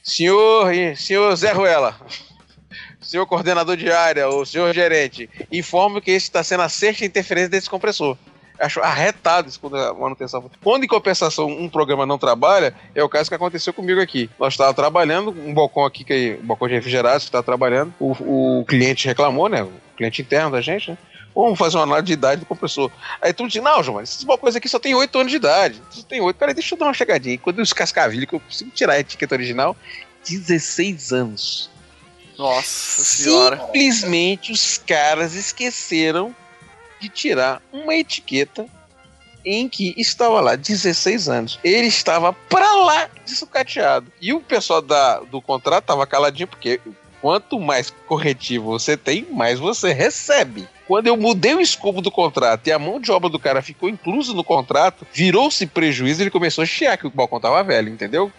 S6: senhor Zé Ruela, senhor coordenador de área ou senhor gerente, informe que esse está sendo a sexta interferência desse compressor. Acho arretado isso quando a manutenção... Quando, em compensação, um programa não trabalha, é o caso que aconteceu comigo aqui. Nós estávamos trabalhando, um balcão aqui, um balcão de refrigerados que estava trabalhando, o cliente reclamou, né? O cliente interno da gente, né? Vamos fazer uma análise de idade do compressor. Aí tu diz, não, João, mas esses balcões aqui só tem 8 anos de idade. Só tem 8. Peraí, deixa eu dar uma chegadinha. Quando os cascavilhos, que eu consigo tirar a etiqueta original, 16 anos.
S3: Nossa senhora.
S6: Simplesmente os caras esqueceram de tirar uma etiqueta em que estava lá 16 anos. Ele estava pra lá de sucateado. E o pessoal do contrato estava caladinho, porque quanto mais corretivo você tem, mais você recebe. Quando eu mudei o escopo do contrato e a mão de obra do cara ficou incluso no contrato, virou-se prejuízo e ele começou a chiar que o balcão tava velho, entendeu?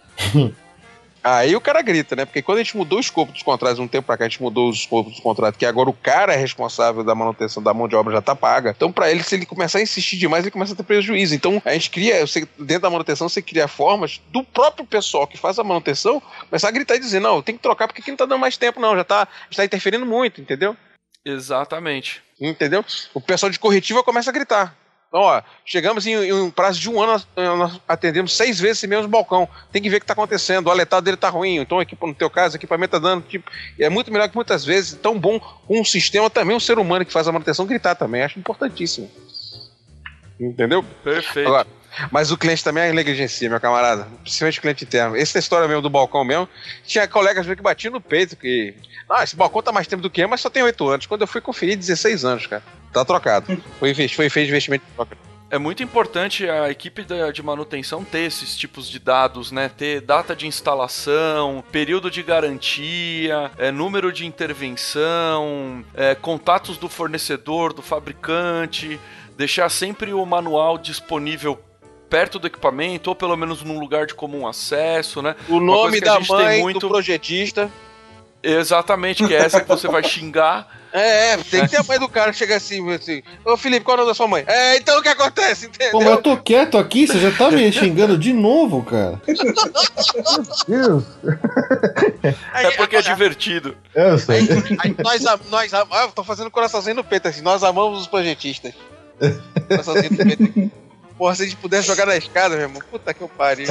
S6: Aí o cara grita, né? Porque quando a gente mudou o escopo dos contratos, um tempo pra cá a gente mudou os escopos dos contratos, que agora o cara é responsável da manutenção da mão de obra, já tá paga. Então pra ele, se ele começar a insistir demais, ele começa a ter prejuízo. Então a gente cria, dentro da manutenção, você cria formas do próprio pessoal que faz a manutenção começar a gritar e dizer, não, tem que trocar porque aqui não tá dando mais tempo não, já tá interferindo muito, entendeu?
S3: Exatamente.
S6: Entendeu? O pessoal de corretiva começa a gritar. Então, ó, chegamos em um prazo de 1 ano, nós atendemos 6 vezes esse mesmo balcão. Tem que ver o que está acontecendo. O aletado dele está ruim. Então, no teu caso, o equipamento está dando. Tipo, é muito melhor que muitas vezes. Tão bom com um sistema também, um ser humano que faz a manutenção gritar também. Acho importantíssimo. Entendeu?
S3: Perfeito.
S6: Agora, mas o cliente também é negligencia, meu camarada. Principalmente o cliente interno. Essa história mesmo do balcão mesmo. Tinha colegas que batiam no peito que... Ah, esse balcão tá mais tempo do que eu, mas só tem 8 anos. Quando eu fui conferir, 16 anos, cara. Tá trocado. Foi feito investimento de troca.
S3: É muito importante a equipe de manutenção ter esses tipos de dados, né? Ter data de instalação, período de garantia, número de intervenção, contatos do fornecedor, do fabricante, deixar sempre o manual disponível perto do equipamento, ou pelo menos num lugar de comum acesso, né?
S6: O nome da mãe do projetista.
S3: Exatamente, que é essa que você vai xingar.
S6: Tem que ter a mãe do cara que chega assim, ô Felipe, qual é o nome da sua mãe? Então o que acontece, entendeu?
S4: Pô, mas eu tô quieto aqui, você já tá me xingando de novo, cara. Meu Deus.
S3: É porque é divertido.
S4: Eu sei.
S6: Aí eu tô fazendo coraçãozinho no peito, assim, nós amamos os projetistas. Coraçãozinho no peito. Porra, se a gente pudesse jogar na escada, meu irmão, puta que eu pariu.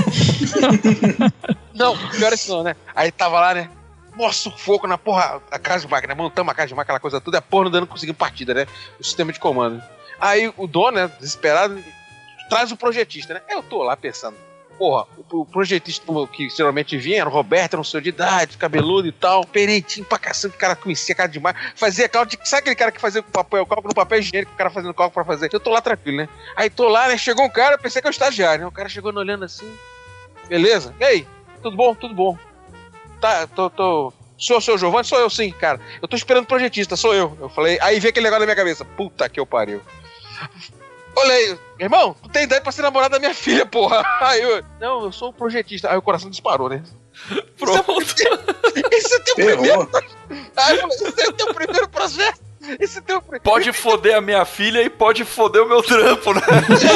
S6: Não, pior isso não, né? Aí tava lá, né? Nossa, sufoco na porra, a casa de máquina, montamos a casa de máquina, aquela coisa toda, a porra não dando conseguindo partida, né? O sistema de comando. Aí o dono, né, desesperado, traz o projetista, né? Eu tô lá pensando, porra, o projetista que geralmente vinha era o Roberto, era um senhor de idade, cabeludo e tal, pereitinho pra cacete, o cara conhecia a cara de máquina, fazia cálculo, sabe aquele cara que fazia o cálculo no papel higiênico, o cara fazendo cálculo pra fazer? Eu tô lá tranquilo, né? Aí tô lá, né, chegou um cara, eu pensei que era o estagiário, né? O cara chegou olhando assim, beleza? E aí? Tudo bom? Tudo bom. Tá, tô... Senhor Giovanni? Sou eu sim, cara. Eu tô esperando o projetista, sou eu. Eu falei, aí veio aquele negócio na minha cabeça. Puta que eu pariu. Olhei, irmão, tu tem idade pra ser namorado da minha filha, porra. Aí eu, não, eu sou o projetista. Aí o coração disparou, né?
S3: Pronto.
S6: Esse é teu primeiro. Aí eu falei, esse é o teu primeiro projeto. Esse é teu primeiro.
S3: Pode foder a minha filha e pode foder o meu trampo, né?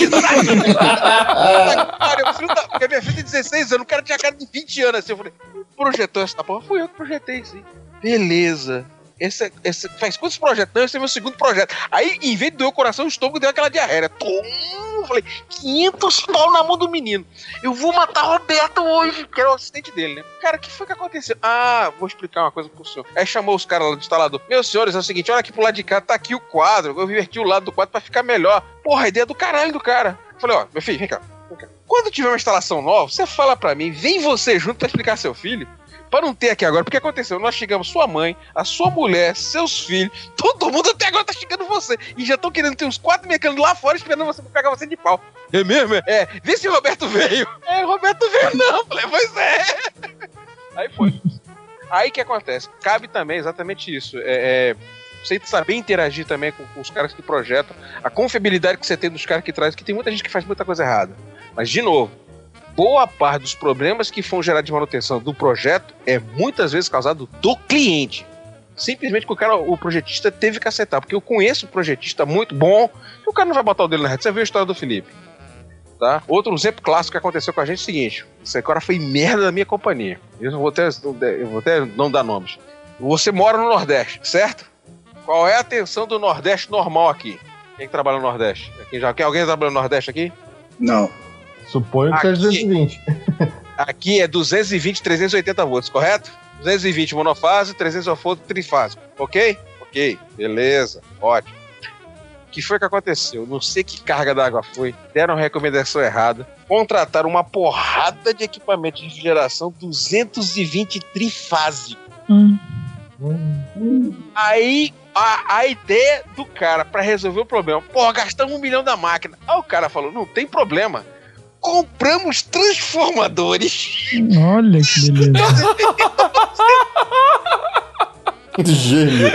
S6: Porque a minha filha tem 16 anos, o cara tinha cara de 20 anos assim. Eu falei, projetou essa porra? Fui eu que projetei, sim. Beleza. Esse faz quantos projetos? Não, esse é meu segundo projeto. Aí, em vez de doer o coração, o estômago deu aquela diarreia. Eu falei, 500 pau na mão do menino. Eu vou matar o Roberto hoje, que era o assistente dele, né? Cara, o que foi que aconteceu? Ah, vou explicar uma coisa pro senhor. Aí chamou os caras lá do instalador. Meus senhores, é o seguinte, olha aqui pro lado de cá, tá aqui o quadro. Eu inverti o lado do quadro pra ficar melhor. Porra, a ideia do caralho do cara. Eu falei, ó, meu filho, vem cá. Quando tiver uma instalação nova, você fala pra mim, vem você junto pra explicar seu filho. Pra não ter aqui agora, porque aconteceu? Nós chegamos, sua mãe, a sua mulher, seus filhos, todo mundo até agora tá chegando você. E já estão querendo ter uns 4 mecânicos lá fora esperando você pra pegar você de pau. É mesmo? É, vê se o Roberto veio. O Roberto veio não. Falei, pois é. Aí foi. Aí que acontece? Cabe também exatamente isso. Você saber interagir também com os caras que projetam, a confiabilidade que você tem dos caras que trazem, que tem muita gente que faz muita coisa errada. Mas, de novo, boa parte dos problemas que vão gerar de manutenção do projeto é muitas vezes causado do cliente. Simplesmente que o projetista teve que aceitar. Porque eu conheço um projetista muito bom que o cara não vai botar o dele na rede. Você viu a história do Felipe. Tá? Outro exemplo clássico que aconteceu com a gente é o seguinte. Esse cara foi merda da minha companhia. Eu vou até não dar nomes. Você mora no Nordeste, certo? Qual é a tensão do Nordeste normal aqui? Quem que trabalha no Nordeste? Alguém trabalha no Nordeste aqui?
S7: Não.
S4: Suponho que é 220.
S6: Aqui é 220, 380 volts, correto? 220 monofase, 300 volts trifásico. Ok? Ok, beleza, ótimo. O que foi que aconteceu? Não sei que carga d'água foi, deram recomendação errada, contrataram uma porrada de equipamento de refrigeração 220 trifásico. Aí a ideia do cara pra resolver o problema, porra, gastamos 1 milhão da máquina. Aí o cara falou, não tem problema, compramos transformadores.
S5: Olha que beleza.
S4: Gênio.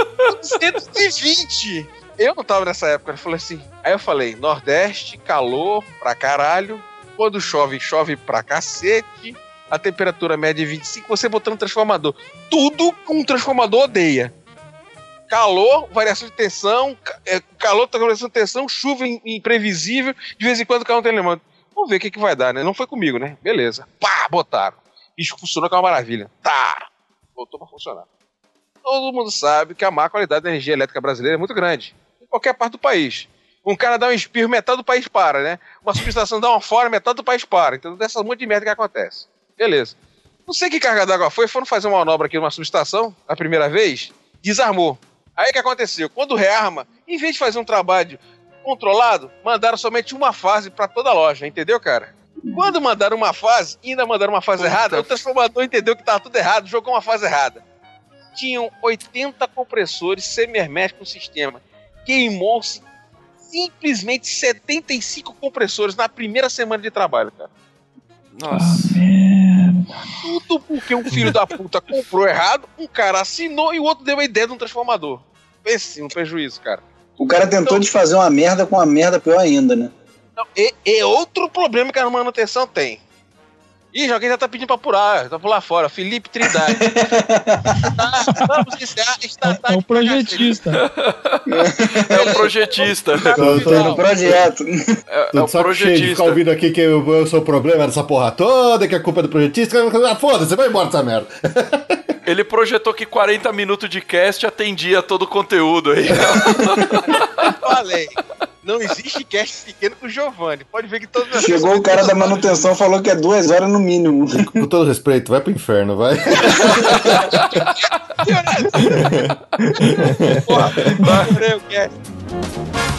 S6: 220. Eu não tava nessa época, eu falei assim. Aí eu falei, Nordeste, calor pra caralho. Quando chove, chove pra cacete. A temperatura média é 25, você botando transformador. Tudo com um transformador odeia. Calor, variação de tensão, calor, variação de tensão, chuva imprevisível, de vez em quando o carro não tem lembrando. Vamos ver o que vai dar, né? Não foi comigo, né? Beleza. Pá, botaram. Isso funcionou com uma maravilha. Tá. Voltou pra funcionar. Todo mundo sabe que a má qualidade da energia elétrica brasileira é muito grande. Em qualquer parte do país. Um cara dá um espirro, metade do país para, né? Uma subestação dá uma fora, metade do país para. Então dessa monte de merda que acontece. Beleza. Não sei que carga d'água foi, foram fazer uma manobra aqui numa subestação, a primeira vez, desarmou. Aí o que aconteceu? Quando rearma, em vez de fazer um trabalho controlado, mandaram somente uma fase pra toda a loja, entendeu, cara? Quando mandaram uma fase, ainda mandaram uma fase errada, o transformador entendeu que tava tudo errado, jogou uma fase errada. Tinham 80 compressores semi-herméticos no sistema. Queimou-se simplesmente 75 compressores na primeira semana de trabalho, cara.
S3: Nossa.
S6: Tudo porque um filho da puta comprou errado, um cara assinou e o outro deu a ideia de um transformador. Pense um prejuízo, cara.
S7: O cara tentou desfazer uma merda com uma merda pior ainda, né?
S6: Não, e outro problema que a manutenção tem. Ih, alguém já tá pedindo pra apurar, tá por lá fora. Felipe Trindade. Vamos iniciar.
S5: É o projetista.
S3: É o projetista.
S7: Tô no projeto.
S3: É o projetista.
S4: Ficar ouvindo aqui que eu sou o problema dessa porra toda, que a culpa é do projetista. Foda-se, vai embora dessa merda.
S3: Ele projetou que 40 minutos de cast atendia todo o conteúdo aí.
S6: Falei. Não existe cast pequeno com o Giovanni. Pode ver que todas as
S7: Chegou o cara da manutenção e falou que é 2 horas no mínimo.
S4: Com todo respeito, vai pro inferno, vai.
S6: Porra, vai. O cast.